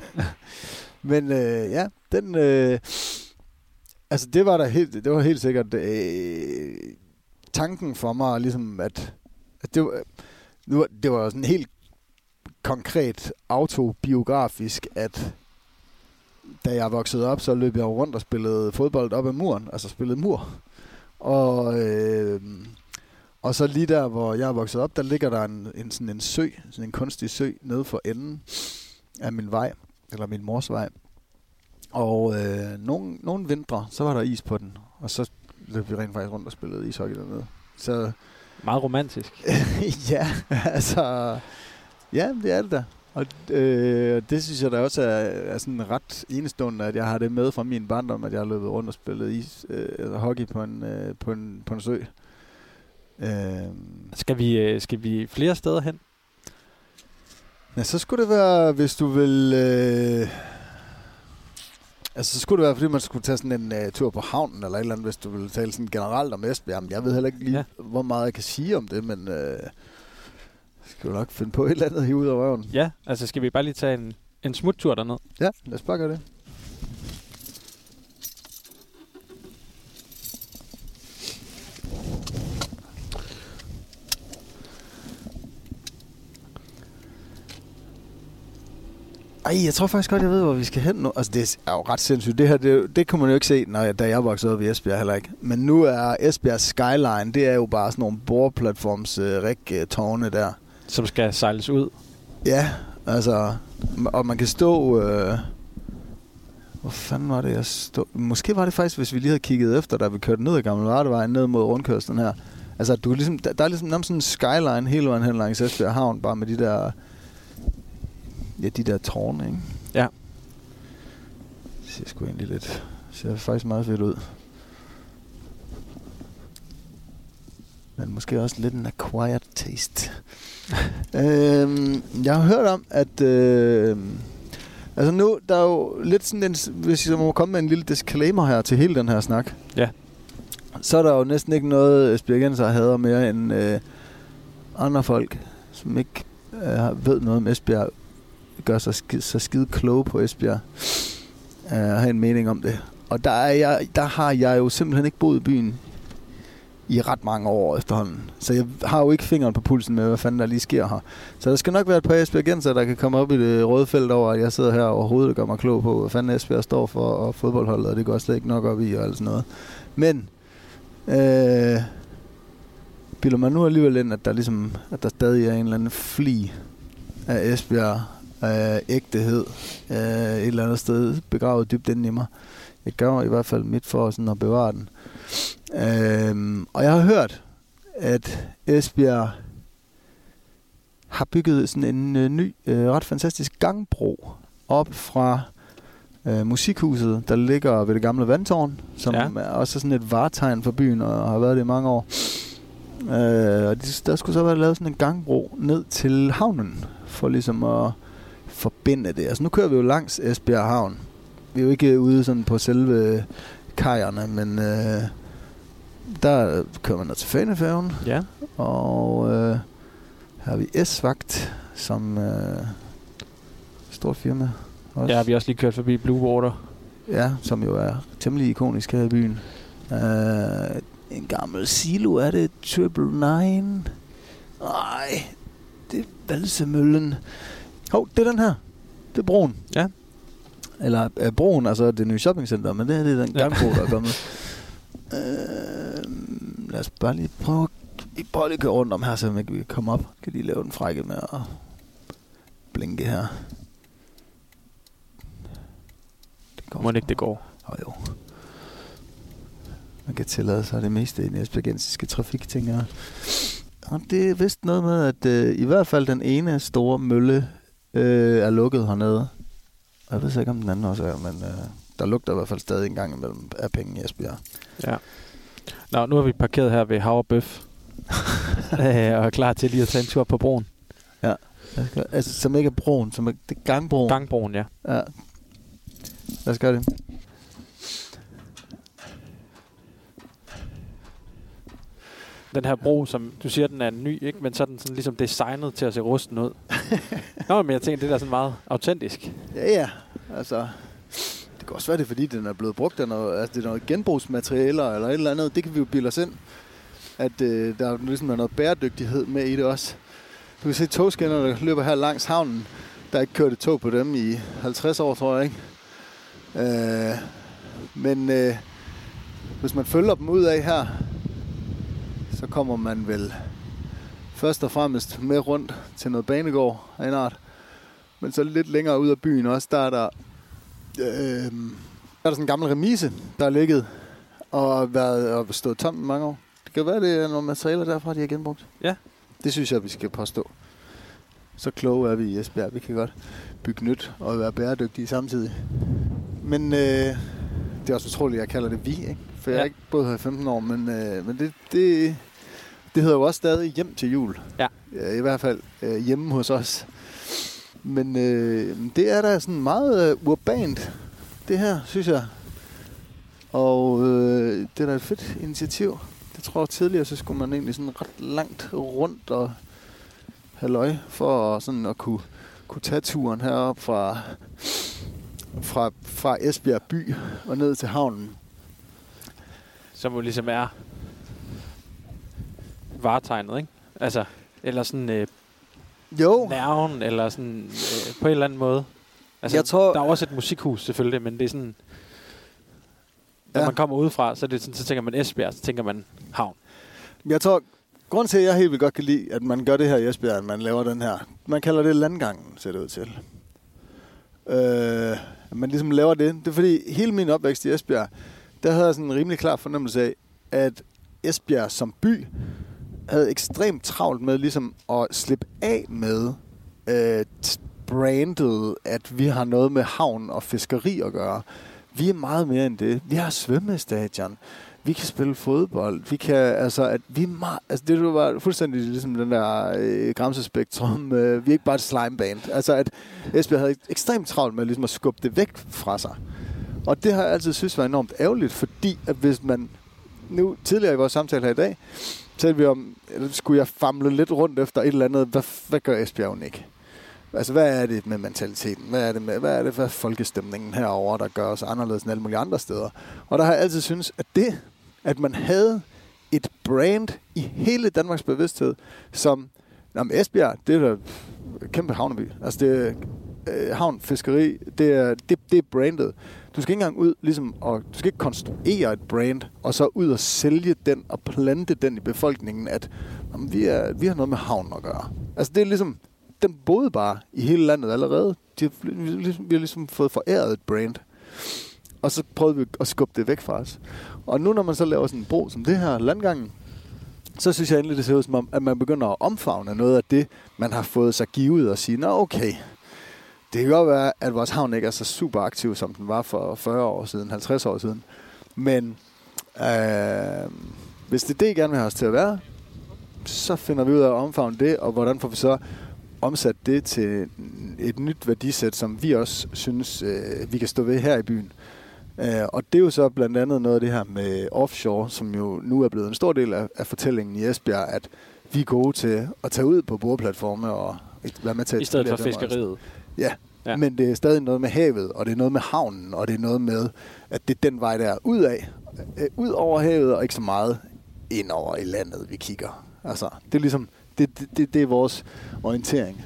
Men øh, ja, den, øh, altså det var der helt, det var helt sikkert øh, tanken for mig, ligesom at, at det, var, nu, det var sådan helt konkret autobiografisk, at da jeg voksede op, så løb jeg rundt og spillede fodbold op ad muren, altså spillede mur. Og, øh, og så lige der, hvor jeg er vokset op, der ligger der en, en, sådan en sø, sådan en kunstig sø, nede for enden af min vej, eller min mors vej. Og øh, nogle, nogle vintre, så var der is på den, og så løb vi rent faktisk rundt og spillede ishockey dernede. Så meget romantisk. ja, altså, ja, det er det da. Og øh, det synes jeg da også er, er sådan ret enestående, at jeg har det med fra min barndom, at jeg har løbet rundt og spillet is, øh, altså hockey på en, øh, på en, på en sø. Øh, skal, vi, øh, skal vi flere steder hen? Ja, så skulle det være, hvis du vil... Øh, altså, så skulle det være, fordi man skulle tage sådan en uh, tur på havnen, eller et eller andet, hvis du vil tale sådan generelt om Esbjerg. Jeg ved heller ikke lige, ja. hvor meget jeg kan sige om det, men... Øh, skal vi nok finde på et eller andet her ud af røven. Ja, altså skal vi bare lige tage en, en smuttur derned? Ja, lad os bare gøre det. Ej, jeg tror faktisk godt, jeg ved, hvor vi skal hen nu. Altså, det er jo ret sindssygt. Det her, det, det kunne man jo ikke se, når jeg, da jeg voksede op i Esbjerg heller ikke. Men nu er Esbjerg Skyline, det er jo bare sådan nogle boreplatforms øh, rig-tårne der. Som skal sejles ud. Ja, altså, og man kan stå... Øh, hvor fanden var det, jeg stod? Måske var det faktisk, hvis vi lige havde kigget efter, da vi kørte ned ad Gammel Vardevej, ned mod rundkørslen her. Altså, du ligesom, der, der er ligesom nærmest sådan en skyline hele vejen hen langs Esbjerg Havn, bare med de der... Ja, de der tårne, ikke? Ja. Det ser sgu egentlig lidt... Det ser faktisk meget fedt ud. Men måske også lidt en acquired taste. øhm, jeg har hørt om, at... Øh, altså nu, der er jo lidt sådan en... Hvis jeg må komme med en lille disclaimer her til hele den her snak. Ja. Så er der jo næsten ikke noget esbjergenser hader mere end øh, andre folk, som ikke øh, ved noget om Esbjerg, gør sig skide, så skide kloge på Esbjerg. Jeg uh, har en mening om det. Og der, er jeg, der har jeg jo simpelthen ikke boet i byen i ret mange år efterhånden. Så jeg har jo ikke fingeren på pulsen med, hvad fanden der lige sker her. Så der skal nok være et par Esbjergenser, der kan komme op i det røde felt over, at jeg sidder her og overhovedet gør mig klog på, hvad fanden Esbjerg står for, og fodboldholdet, og det går slet ikke nok op i, og alt sådan noget. Men, øh, bilder man nu alligevel ind, at der, ligesom, at der stadig er en eller anden fli af Esbjerg, af ægtehed, af et eller andet sted, begravet dybt inde i mig. Jeg gør i hvert fald mit for sådan at bevare den. Øhm, og jeg har hørt, at Esbjerg har bygget sådan en øh, ny, øh, ret fantastisk gangbro op fra øh, musikhuset, der ligger ved det gamle vandtårn, som ja. er også sådan et vartegn for byen, og har været det i mange år. Øh, og der skulle så være lavet sådan en gangbro ned til havnen, for ligesom at forbinde det. Altså nu kører vi jo langs Esbjerg Havn. Vi er jo ikke ude sådan på selve kajerne, men øh, der kører man ned til Fanefærgen. Ja. Og øh, her har vi S-Vagt, som øh, stort firma. Også. Ja, vi har også lige kørt forbi Blue Water. Ja, som jo er temmelig ikonisk her i byen. Øh, en gammel silo, er det Triple Nine? Nej, det er Valsemøllen. Hov, det er den her. Det er broen. Ja. Eller øh, broen, altså det nye shoppingcenter, men det her det er den gamle bro, der er kommet. øh, lad os bare lige prøve Vi prøver lige at køre rundt om her, så vi kan komme op. Kan lige lave den frække med at blinke her. Det går. Må det ikke det går? Oh, jo. Man kan tillade sig det meste i den esbjergensiske trafik, tænker jeg. Og det er vist noget med, at øh, i hvert fald den ene store mølle øh, er lukket hernede. Jeg ved ikke, om den anden også er, men øh, der lugter i hvert fald stadig en gang imellem af penge i Esbjerg. Ja. Nå, nu er vi parkeret her ved Havre Bøf. og er klar til lige at tage en tur på broen. Ja. Altså, som ikke er broen, som er det er gangbroen. Gangbroen, ja. Ja. Lad os gøre det. Den her bro, som du siger, den er ny, ikke? Men så er den sådan ligesom designet til at se rusten ud. Nå, men jeg tænker, det er da sådan meget autentisk. Ja, ja. Altså, det kan også være det, fordi den er blevet brugt af noget, altså det er noget genbrugsmaterialer eller et eller andet. Det kan vi jo bilde os ind, at øh, der er ligesom noget bæredygtighed med i det også. Du kan se togskinner, der løber her langs havnen. Der er ikke kørt et tog på dem i halvtreds år, tror jeg, ikke? Øh, men øh, hvis man følger dem ud af her, så kommer man vel først og fremmest med rundt til noget banegård af en art. Men så lidt længere ud af byen også, der er der, øh, der, er der sådan en gammel remise, der er ligget og været og stået tom i mange år. Det kan være, det er nogle materialer derfra, de har genbrugt. Ja. Det synes jeg, vi skal påstå. Så kloge er vi i Esbjerg. Vi kan godt bygge nyt og være bæredygtige samtidig. Men øh, det er også utroligt, at jeg kalder det vi, ikke? For ja. Jeg er ikke både her i femten år, men, øh, men det, det, det hedder jo også stadig hjem til jul. Ja. I hvert fald øh, hjemme hos os. Men øh, det er da sådan meget øh, urbant, det her, synes jeg. Og øh, det er da et fedt initiativ. Det tror jeg tidligere, så skulle man egentlig sådan ret langt rundt og halløj for sådan at kunne, kunne tage turen herop fra, fra, fra Esbjerg by og ned til havnen. Som jo ligesom er varetegnet, ikke? Altså, eller sådan øh, jo. nerven, eller sådan øh, på en eller anden måde. Altså, jeg tror, der er også et musikhus selvfølgelig, men det er sådan, når ja. man kommer udefra, så, er det sådan, så tænker man Esbjerg, så tænker man havn. Jeg tror, grunden til, at jeg helt vildt godt kan lide, at man gør det her i Esbjerg, at man laver den her, man kalder det landgangen, ser det ud til. Øh, man ligesom laver det. Det er fordi, hele min opvækst i Esbjerg, der havde jeg sådan en rimelig klar fornemmelse af, at Esbjerg som by havde ekstremt travlt med ligesom at slippe af med øh, brandet, at vi har noget med havn og fiskeri at gøre. Vi er meget mere end det. Vi har svømmestadion. Vi kan spille fodbold. Vi kan, altså, at vi er meget, altså, det var fuldstændig ligesom den der øh, Gramsespektrum. Øh, vi er ikke bare et slimeband. Altså, at Esbjerg havde ekstremt travlt med ligesom at skubbe det væk fra sig. Og det har jeg altid synes var enormt ærgerligt, fordi at hvis man, nu tidligere i vores samtale her i dag, talte vi om, eller skulle jeg famle lidt rundt efter et eller andet, hvad, hvad gør Esbjerg ikke? Altså, hvad er det med mentaliteten? Hvad er det med, hvad er det for folkestemningen herover, der gør os anderledes end alle mulige andre steder? Og der har jeg altid syntes, at det, at man havde et brand i hele Danmarks bevidsthed, som, jamen Esbjerg, det er da kæmpe havneby. Altså, det er øh, havn, fiskeri, det er, det, det er brandet. Du skal ikke engang ud, ligesom, og du skal ikke konstruere et brand, og så ud og sælge den, og plante den i befolkningen, at jamen, vi, er, vi har noget med havnen at gøre. Altså, det er ligesom, den boede bare i hele landet allerede. De har, vi har ligesom fået foræret et brand. Og så prøvede vi at skubbe det væk fra os. Og nu, når man så laver sådan en bro som det her, landgangen, så synes jeg endelig, det ser ud som om, at man begynder at omfavne noget af det, man har fået sig givet og sige, nå okay, det kan godt være, at vores havn ikke er så super aktiv, som den var for fyrre år siden, halvtreds år siden. Men øh, hvis det er det, I gerne vil have os til at være, så finder vi ud af at omfavne det, og hvordan får vi så omsat det til et nyt værdisæt, som vi også synes, øh, vi kan stå ved her i byen. Øh, og det er jo så blandt andet noget af det her med offshore, som jo nu er blevet en stor del af, af fortællingen i Esbjerg, at vi er gode til at tage ud på boreplatforme og være med til at i stedet for fiskeriet. Ja, ja, men det er stadig noget med havet, og det er noget med havnen, og det er noget med, at det er den vej, der er ud af, øh, ud over havet, og ikke så meget ind over i landet, vi kigger. Altså, det er ligesom, det, det, det, det er vores orientering.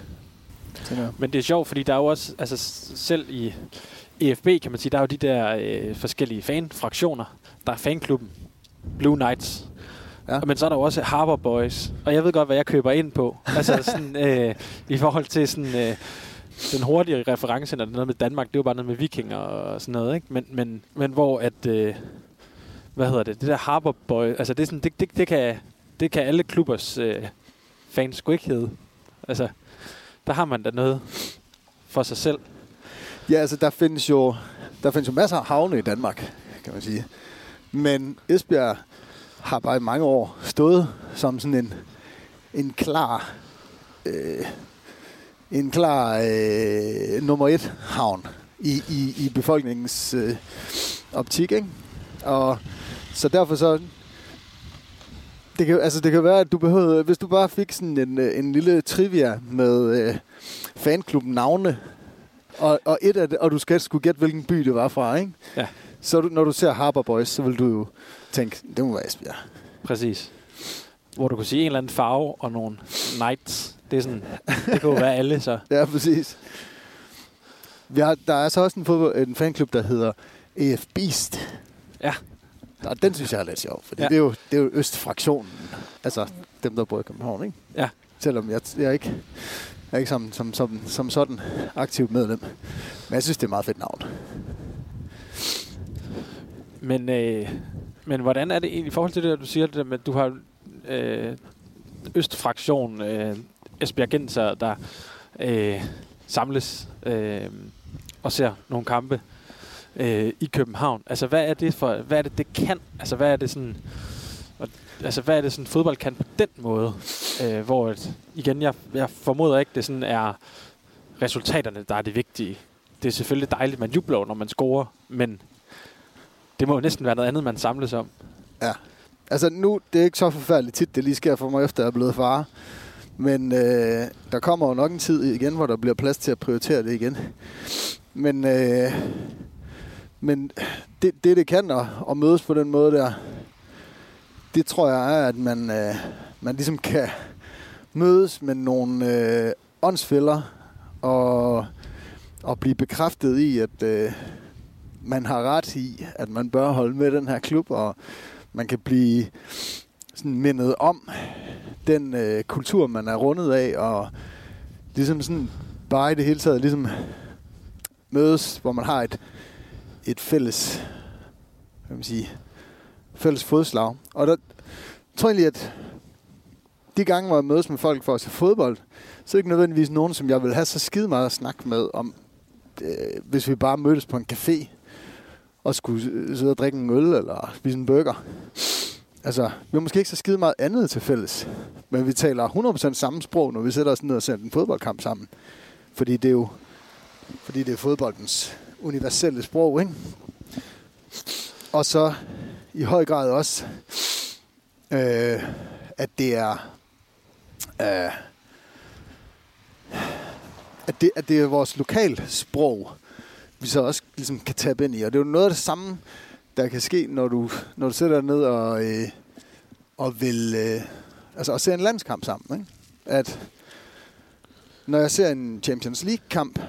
Men det er sjovt, fordi der er jo også, altså selv i E F B, kan man sige, der er jo de der øh, forskellige fanfraktioner. Der er fanklubben, Blue Knights. Ja. Men så er der jo også Harbour Boys. Og jeg ved godt, hvad jeg køber ind på. Altså sådan, øh, i forhold til sådan, øh, den hurtige reference, når det er noget med Danmark, det er jo bare noget med vikinger og sådan noget, ikke? Men, men, men hvor at, øh, hvad hedder det, det der Harbour Boys, altså det er sådan, det, det, det, kan, det kan alle klubbers øh, fans sgu ikke hedde. Altså, der har man da noget for sig selv. Ja, altså der findes jo der findes jo masser af havne i Danmark, kan man sige. Men Esbjerg har bare i mange år stået som sådan en en klar øh, en klar øh, nummer et havn i i i befolkningens øh, optik, ikke? Og så derfor så det kan altså det kan være, at du behøver, hvis du bare fik sådan en en lille trivia med øh, fanklubben navne. Og, og, et af det, og du skal skulle gætte, hvilken by det var fra, ikke? Ja. Så du, når du ser Harbour Boys, så vil du jo tænke, det må være Esbjerg. Præcis. Hvor du kunne sige en eller anden farve og nogle knights. Det er sådan, det kan jo være alle, så. Ja, præcis. Vi har, der er så også en, fodbold, en fanklub, der hedder E F Beast. Ja. Og den synes jeg er lidt sjov, fordi ja. det, er jo, det er jo Østfraktionen. Altså dem, der bor i København, ikke? Ja. Selvom jeg, jeg er ikke... Jeg er ikke som, som, som, som sådan aktivt medlem. Men jeg synes, det er et meget fedt navn. Men, øh, men hvordan er det egentlig i forhold til det, du siger, det med, du har øh, Østfraktion, øh, Esbjergenser, der øh, samles øh, og ser nogle kampe øh, i København. Altså, hvad er det for, hvad er det, det kan? Altså, hvad er det sådan... Altså, hvad er det sådan fodbold kan på den måde? Øh, hvor, et, igen, jeg, jeg formoder ikke, det sådan er resultaterne, der er det vigtige. Det er selvfølgelig dejligt, man jubler, når man scorer, men det må jo næsten være noget andet, man samles om. Ja. Altså, nu, det er ikke så forfærdeligt tit, det lige sker for mig, efter jeg er blevet far. Men øh, der kommer jo nok en tid igen, hvor der bliver plads til at prioritere det igen. Men, øh, men det, det, det kan at, at mødes på den måde der, det tror jeg er, at man, øh, man ligesom kan mødes med nogle øh, åndsfælder og, og blive bekræftet i, at øh, man har ret i, at man bør holde med den her klub, og man kan blive sådan mindet om den øh, kultur, man er rundet af, og ligesom sådan bare i det hele taget ligesom mødes, hvor man har et, et fælles, hvad kan man sige, fælles fodslag. Og der tror jeg egentlig, at de gange, hvor jeg mødes med folk for at se fodbold, så er det ikke nødvendigvis nogen, som jeg vil have så skide meget at snakke med om, øh, hvis vi bare mødtes på en café og skulle sidde og drikke en øl eller spise en burger. Altså, vi har måske ikke så skide meget andet til fælles, men vi taler hundrede procent samme sprog, når vi sætter os ned og ser en fodboldkamp sammen. Fordi det er jo fordi det er fodboldens universelle sprog, ikke? Og så i høj grad også, øh, at det er, øh, at, det, at det er vores lokalsprog, vi så også ligesom kan tabe ind i. Og det er jo noget af det samme, der kan ske, når du, når du sætter dig ned og, øh, og vil øh, altså, og ser en landskamp sammen. Ikke? At når jeg ser en Champions League-kamp,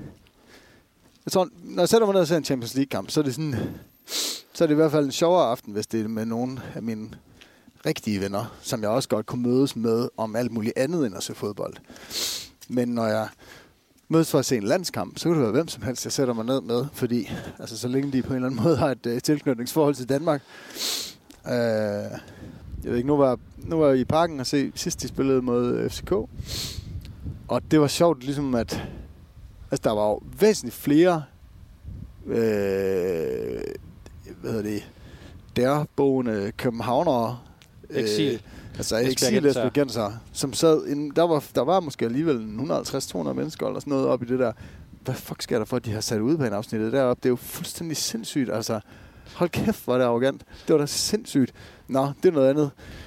jeg tror, når jeg sætter mig ned og ser en Champions League-kamp, så er det sådan, så er det i hvert fald en sjovere aften, hvis det er med nogle af mine rigtige venner, som jeg også godt kunne mødes med om alt muligt andet end at se fodbold. Men når jeg mødes for at se en landskamp, så kan det være hvem som helst, jeg sætter mig ned med, fordi altså, så længe de på en eller anden måde har et uh, tilknytningsforhold til Danmark. Uh, jeg ved ikke, nu var, nu var jeg i Parken og se sidst de spillede mod F C K, og det var sjovt ligesom at altså, der var jo væsentligt flere øh, hvad hedder det derboende københavnere, Eksil. Øh, altså eksil-lesbigenser, som sad in, der var der var måske alligevel et hundrede og halvtreds til to hundrede mennesker eller sådan noget op i det der. Hvad fuck sker der for, at de har sat udbaneafsnittet deroppe? Det er jo fuldstændig sindssygt. Altså, hold kæft, hvor er det arrogant. Det var da sindssygt. Nå, det er noget andet.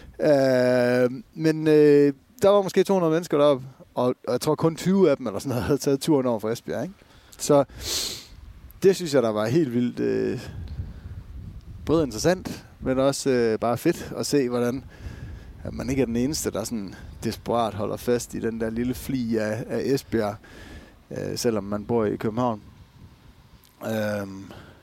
Øh, men øh, der var måske to hundrede mennesker deroppe, og, og jeg tror kun tyve af dem eller sådan noget havde taget turen over fra Esbjerg, ikke? Så det synes jeg, der var helt vildt øh, både interessant, men også øh, bare fedt at se, hvordan at man ikke er den eneste, der sådan desperat holder fast i den der lille fli af, af Esbjerg, øh, selvom man bor i København. Øhm,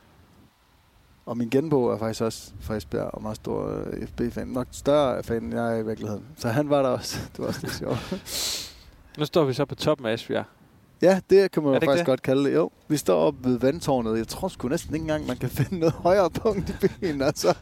og min genbo er faktisk også fra Esbjerg, og meget stor øh, F B-fan. Nok større fan, end jeg er i virkeligheden. Så han var der også. Det var også lidt sjovt. Nu står vi så på toppen af Esbjerg. Ja, det kan man jo faktisk det? godt kalde det. Jo, vi står oppe ved vandtårnet. Jeg tror sgu næsten ikke engang, man kan finde noget højere punkt i byen. Altså.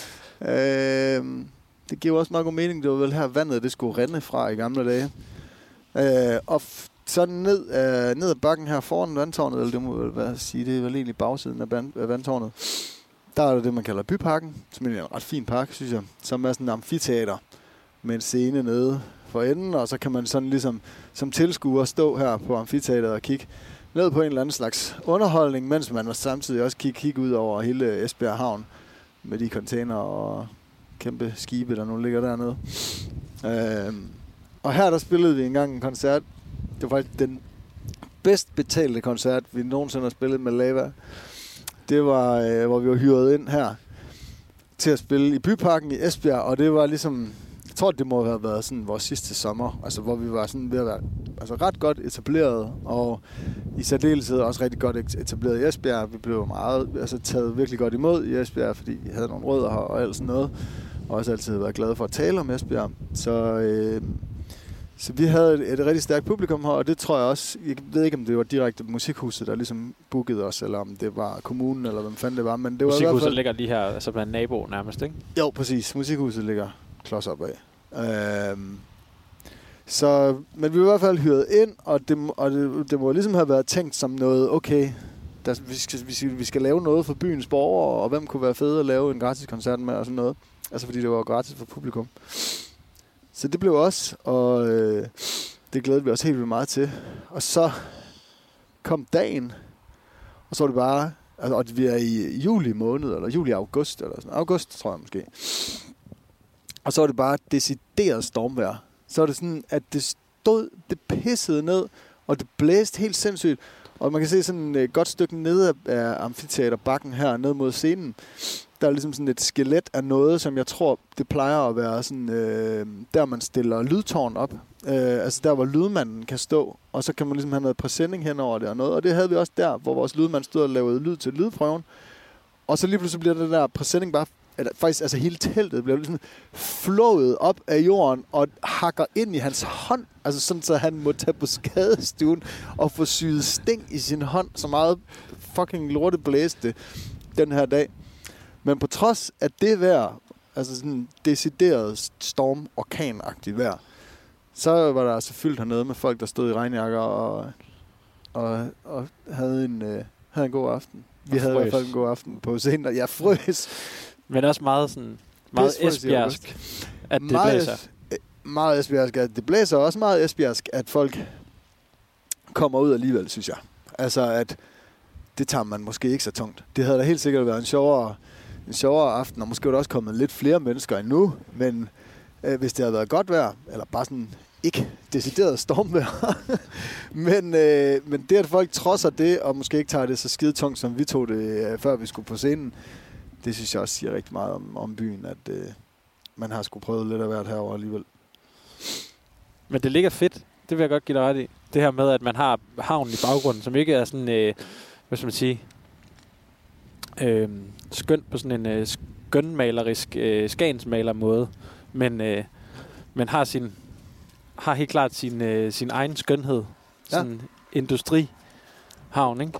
Øhm, det giver også meget god mening. Det var vel her vandet, det skulle rinde fra i gamle dage. Øh, og f- så ned, øh, ned ad bakken her foran vandtårnet, eller det må vel være at sige, det er vel egentlig bagsiden af, band, af vandtårnet. Der er det, man kalder Byparken, som er en ret fin park, synes jeg, som er sådan en amfiteater med en scene nede for enden, og så kan man sådan ligesom som tilskuer stå her på amfiteateret og kigge ned på en eller anden slags underholdning, mens man samtidig også kigge, kigge ud over hele Esbjerg Havn med de container og kæmpe skibe, der nu ligger dernede. Øhm, og her der spillede vi engang en koncert. Det var faktisk den bedst betalte koncert, vi nogensinde har spillet med Lava. Det var, øh, hvor vi var hyret ind her til at spille i Byparken i Esbjerg, og det var ligesom, jeg tror, det må have været sådan vores sidste sommer, altså hvor vi var sådan ved at være altså ret godt etableret, og i særdeleshed også rigtig godt etableret i Esbjerg. Vi blev meget, altså taget virkelig godt imod i Esbjerg, fordi vi havde nogle rødder her og alt sådan noget, og også altid været glade for at tale om Esbjerg. Så, øh, så vi havde et, et rigtig stærkt publikum her, og det tror jeg også, jeg ved ikke, om det var direkte Musikhuset, der ligesom bookede os, eller om det var kommunen, eller hvem fanden det var, men det var Musikhuset i hvert fald ligger lige her, altså blandt nabo nærmest, ikke? Jo, præcis. Musikhuset ligger klods op af. Øhm, så, men vi var i hvert fald hyret ind, og det, og det, det må ligesom have været tænkt som noget, okay, der, vi, skal, vi, skal, vi skal lave noget for byens borgere, og hvem kunne være fede at lave en gratis koncert med, og sådan noget. Altså fordi det var gratis for publikum. Så det blev også, og øh, det glædede vi os helt vildt meget til. Og så kom dagen, og så var det bare, altså, og vi er i juli måned, eller juli-august, eller sådan august, tror jeg måske. Og så var det bare decideret stormvejr. Så var det sådan, at det stod, det pissede ned, og det blæste helt sindssygt. Og man kan se sådan et godt stykke nede af amfiteaterbakken her, ned mod scenen. Der er ligesom sådan et skelet af noget, som jeg tror, det plejer at være sådan, øh, der man stiller lydtårn op. Øh, altså der, hvor lydmanden kan stå, og så kan man ligesom have noget præsending hen over det og noget. Og det havde vi også der, hvor vores lydmand stod og lavede lyd til lydprøven. Og så lige pludselig bliver den der præsending bare, eller faktisk altså hele teltet bliver ligesom flået op af jorden og hakker ind i hans hånd. Altså sådan, så han må tage på skadestuen og få syet sting i sin hånd. Så meget fucking lorte blæste den her dag. Men på trods af det vejr, altså sådan decideret storm, orkanagtigt vejr, så var der altså fyldt hernede med folk, der stod i regnjakker og, og, og havde, en, øh, havde en god aften. Vi havde i hvert fald en god aften på scenen, og jeg frøs. Men også meget sådan, meget esbjergsk, at det meget blæser. Es, meget esbjergsk, at det blæser, og også meget esbjergsk, at folk kommer ud alligevel, synes jeg. Altså, at det tager man måske ikke så tungt. Det havde da helt sikkert været en sjovere, en sjovere aften, og måske var der også kommet lidt flere mennesker endnu, men øh, hvis det havde været godt vejr, eller bare sådan ikke decideret stormvejr. men, øh, men det, at folk trodser det, og måske ikke tager det så skide tungt, som vi tog det, øh, før vi skulle på scenen, det synes jeg også siger rigtig meget om, om byen, at øh, man har sgu prøvet lidt af hvert herovre alligevel. Men det ligger fedt. Det vil jeg godt give dig ret i. Det her med, at man har havnen i baggrunden, som ikke er sådan, øh, hvad skal man sige, øh, skønt på sådan en øh, skønmalerisk øh, skagensmalermåde, men, øh, men har sin har helt klart sin, øh, sin egen skønhed. Ja. Sådan industrihavn, ikke?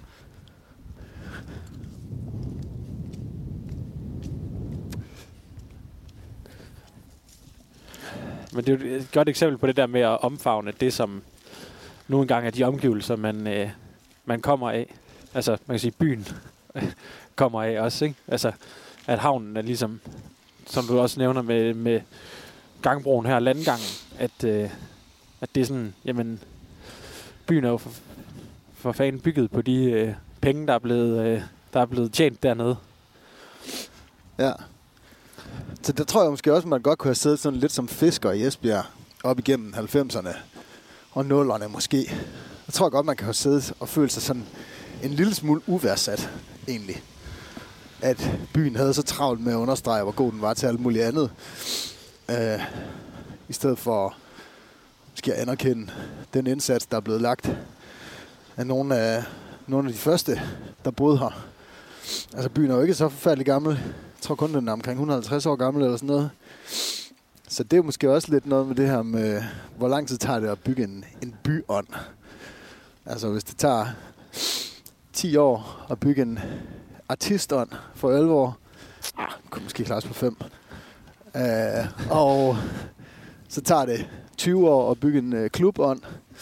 Men det er jo et godt eksempel på det der med at omfavne det, som nu engang er de omgivelser, man, øh, man kommer af. Altså, man kan sige, byen kommer af også, ikke? Altså, at havnen er ligesom, som du også nævner med, med gangbroen her, landgangen, at, øh, at det er sådan, jamen, byen er jo for, for fanden bygget på de øh, penge, der er, blevet, øh, der er blevet tjent dernede. Ja. Så der tror jeg måske også, at man godt kunne have siddet sådan lidt som fisker i Esbjerg op igennem halvfemserne og nullerne måske. Jeg tror godt, man kan have siddet og følt sig sådan en lille smule uværdsat, egentlig. At byen havde så travlt med at understrege, hvor god den var til alt muligt andet. Øh, I stedet for måske at anerkende den indsats, der er blevet lagt af nogle af, nogle af de første, der boede her. Altså, byen er jo ikke så forfærdelig gammel. Jeg tror kun, den er omkring et hundrede og halvtreds år gammel eller sådan noget. Så det er måske også lidt noget med det her med, hvor lang tid tager det at bygge en, en byånd. Altså, hvis det tager ti år at bygge en artistånd for elleve år, ah, kunne måske klare på fem. Uh, og så tager det tyve år at bygge en uh, klubånd.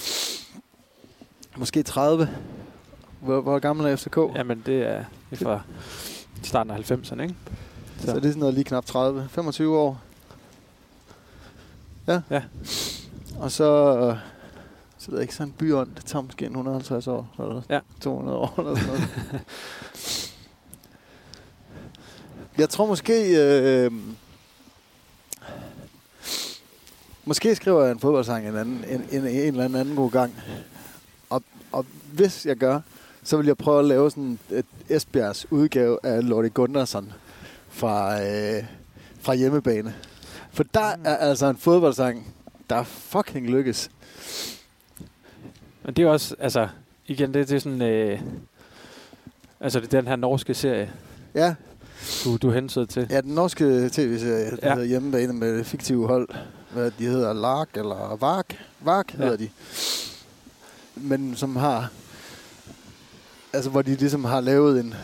Måske tredive. Hvor, hvor gammel er F C K? Jamen, det er fra starten af halvfemserne, ikke? Så, så det er sådan noget lige knap tredive. femogtyve år. Ja. Ja. Og så, så ved jeg ikke, sådan en byånd, det tager måske et hundrede og halvtreds år, eller ja. to hundrede år, eller sådan noget. Jeg tror måske, øh, måske skriver jeg en fodboldsang en, anden, en, en, en eller anden, anden god gang. Og, og hvis jeg gør, så vil jeg prøve at lave sådan et Esbjergs udgave af Lordi Gunnarsson fra, øh, fra hjemmebane. For der er altså en fodboldsang, der fucking lykkes. Men det er også, altså, igen, det, det er sådan, øh, altså det er den her norske serie, Ja. du, du hensede til. Ja, den norske tv-serie, der ja. hedder Hjemmebane med fiktive hold. Hvad de hedder, Lark eller Vark. Vark hedder ja. de. Men som har, altså hvor de ligesom har lavet en,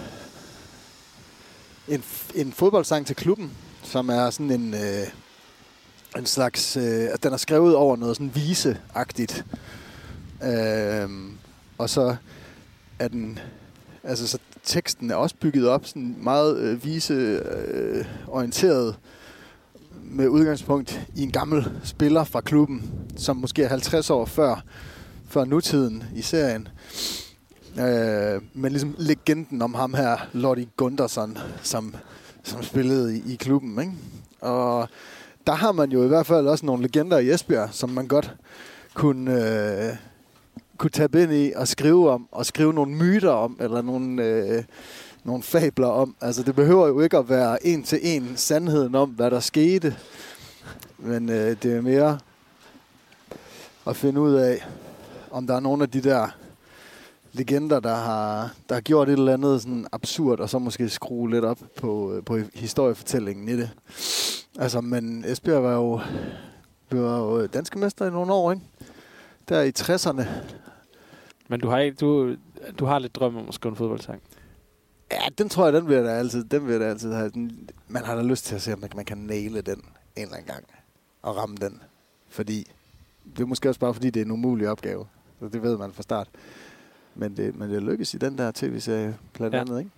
en, en fodboldsang til klubben, som er sådan en, øh, en slags, øh, at den er skrevet over noget sådan vise-agtigt. Øh, og så er den, altså så teksten er også bygget op sådan meget øh, vise-orienteret, øh, med udgangspunkt i en gammel spiller fra klubben, som måske er halvtreds år før, før nutiden i serien. Øh, men ligesom legenden om ham her, Lordi Gunnarsson, som, som spillede i, i klubben, ikke? Og der har man jo i hvert fald også nogle legender i Esbjerg, som man godt kunne, øh, kunne tabe ind i og skrive om, og skrive nogle myter om, eller nogle, øh, nogle fabler om. Altså det behøver jo ikke at være en til en sandheden om, hvad der skete, men øh, det er mere at finde ud af, om der er nogle af de der legender, der har, der har gjort et eller andet sådan absurd, og så måske skrue lidt op på, på historiefortællingen i det. Altså, men Esbjerg var jo, var jo danske mester i nogle år, ikke? Der i tresserne. Men du har ikke, du, du har lidt drøm om at skrive en fodboldsang? Ja, den tror jeg, den vil jeg da altid, den vil jeg da altid have. Den, man har da lyst til at se, om man kan næle den en eller anden gang, og ramme den. Fordi, det er måske også bare fordi, det er en umulig opgave. Så det ved man fra start. Men det, men det lykkes i den der tv-serie, blandt ja. andet, ikke?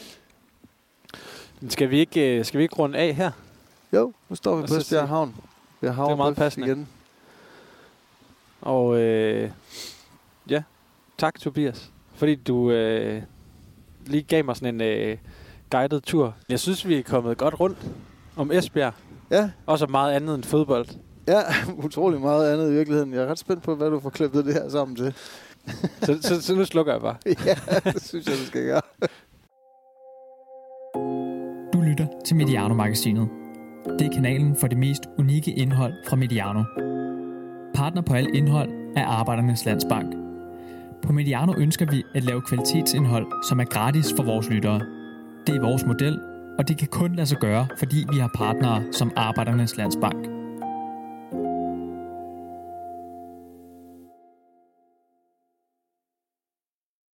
Skal vi ikke, skal vi ikke runde af her? Jo, nu står vi og på Esbjerg Havn. Vi har det er meget passende. Igen. Og øh, ja, tak Tobias, fordi du øh, lige gav mig sådan en øh, guided tur. Jeg synes, vi er kommet godt rundt om Esbjerg. Ja. Også meget andet end fodbold. Ja, utrolig meget andet i virkeligheden. Jeg er ret spændt på, hvad du får klippet det her sammen til. så, så, så nu slukker jeg bare. Ja, det synes jeg, du skal gøre. Du lytter til Mediano-magasinet. Det er kanalen for det mest unikke indhold fra Mediano. Partner på alt indhold er Arbejdernes Landsbank. På Mediano ønsker vi at lave kvalitetsindhold, som er gratis for vores lyttere. Det er vores model, og det kan kun lade sig gøre, fordi vi har partnere som Arbejdernes Landsbank.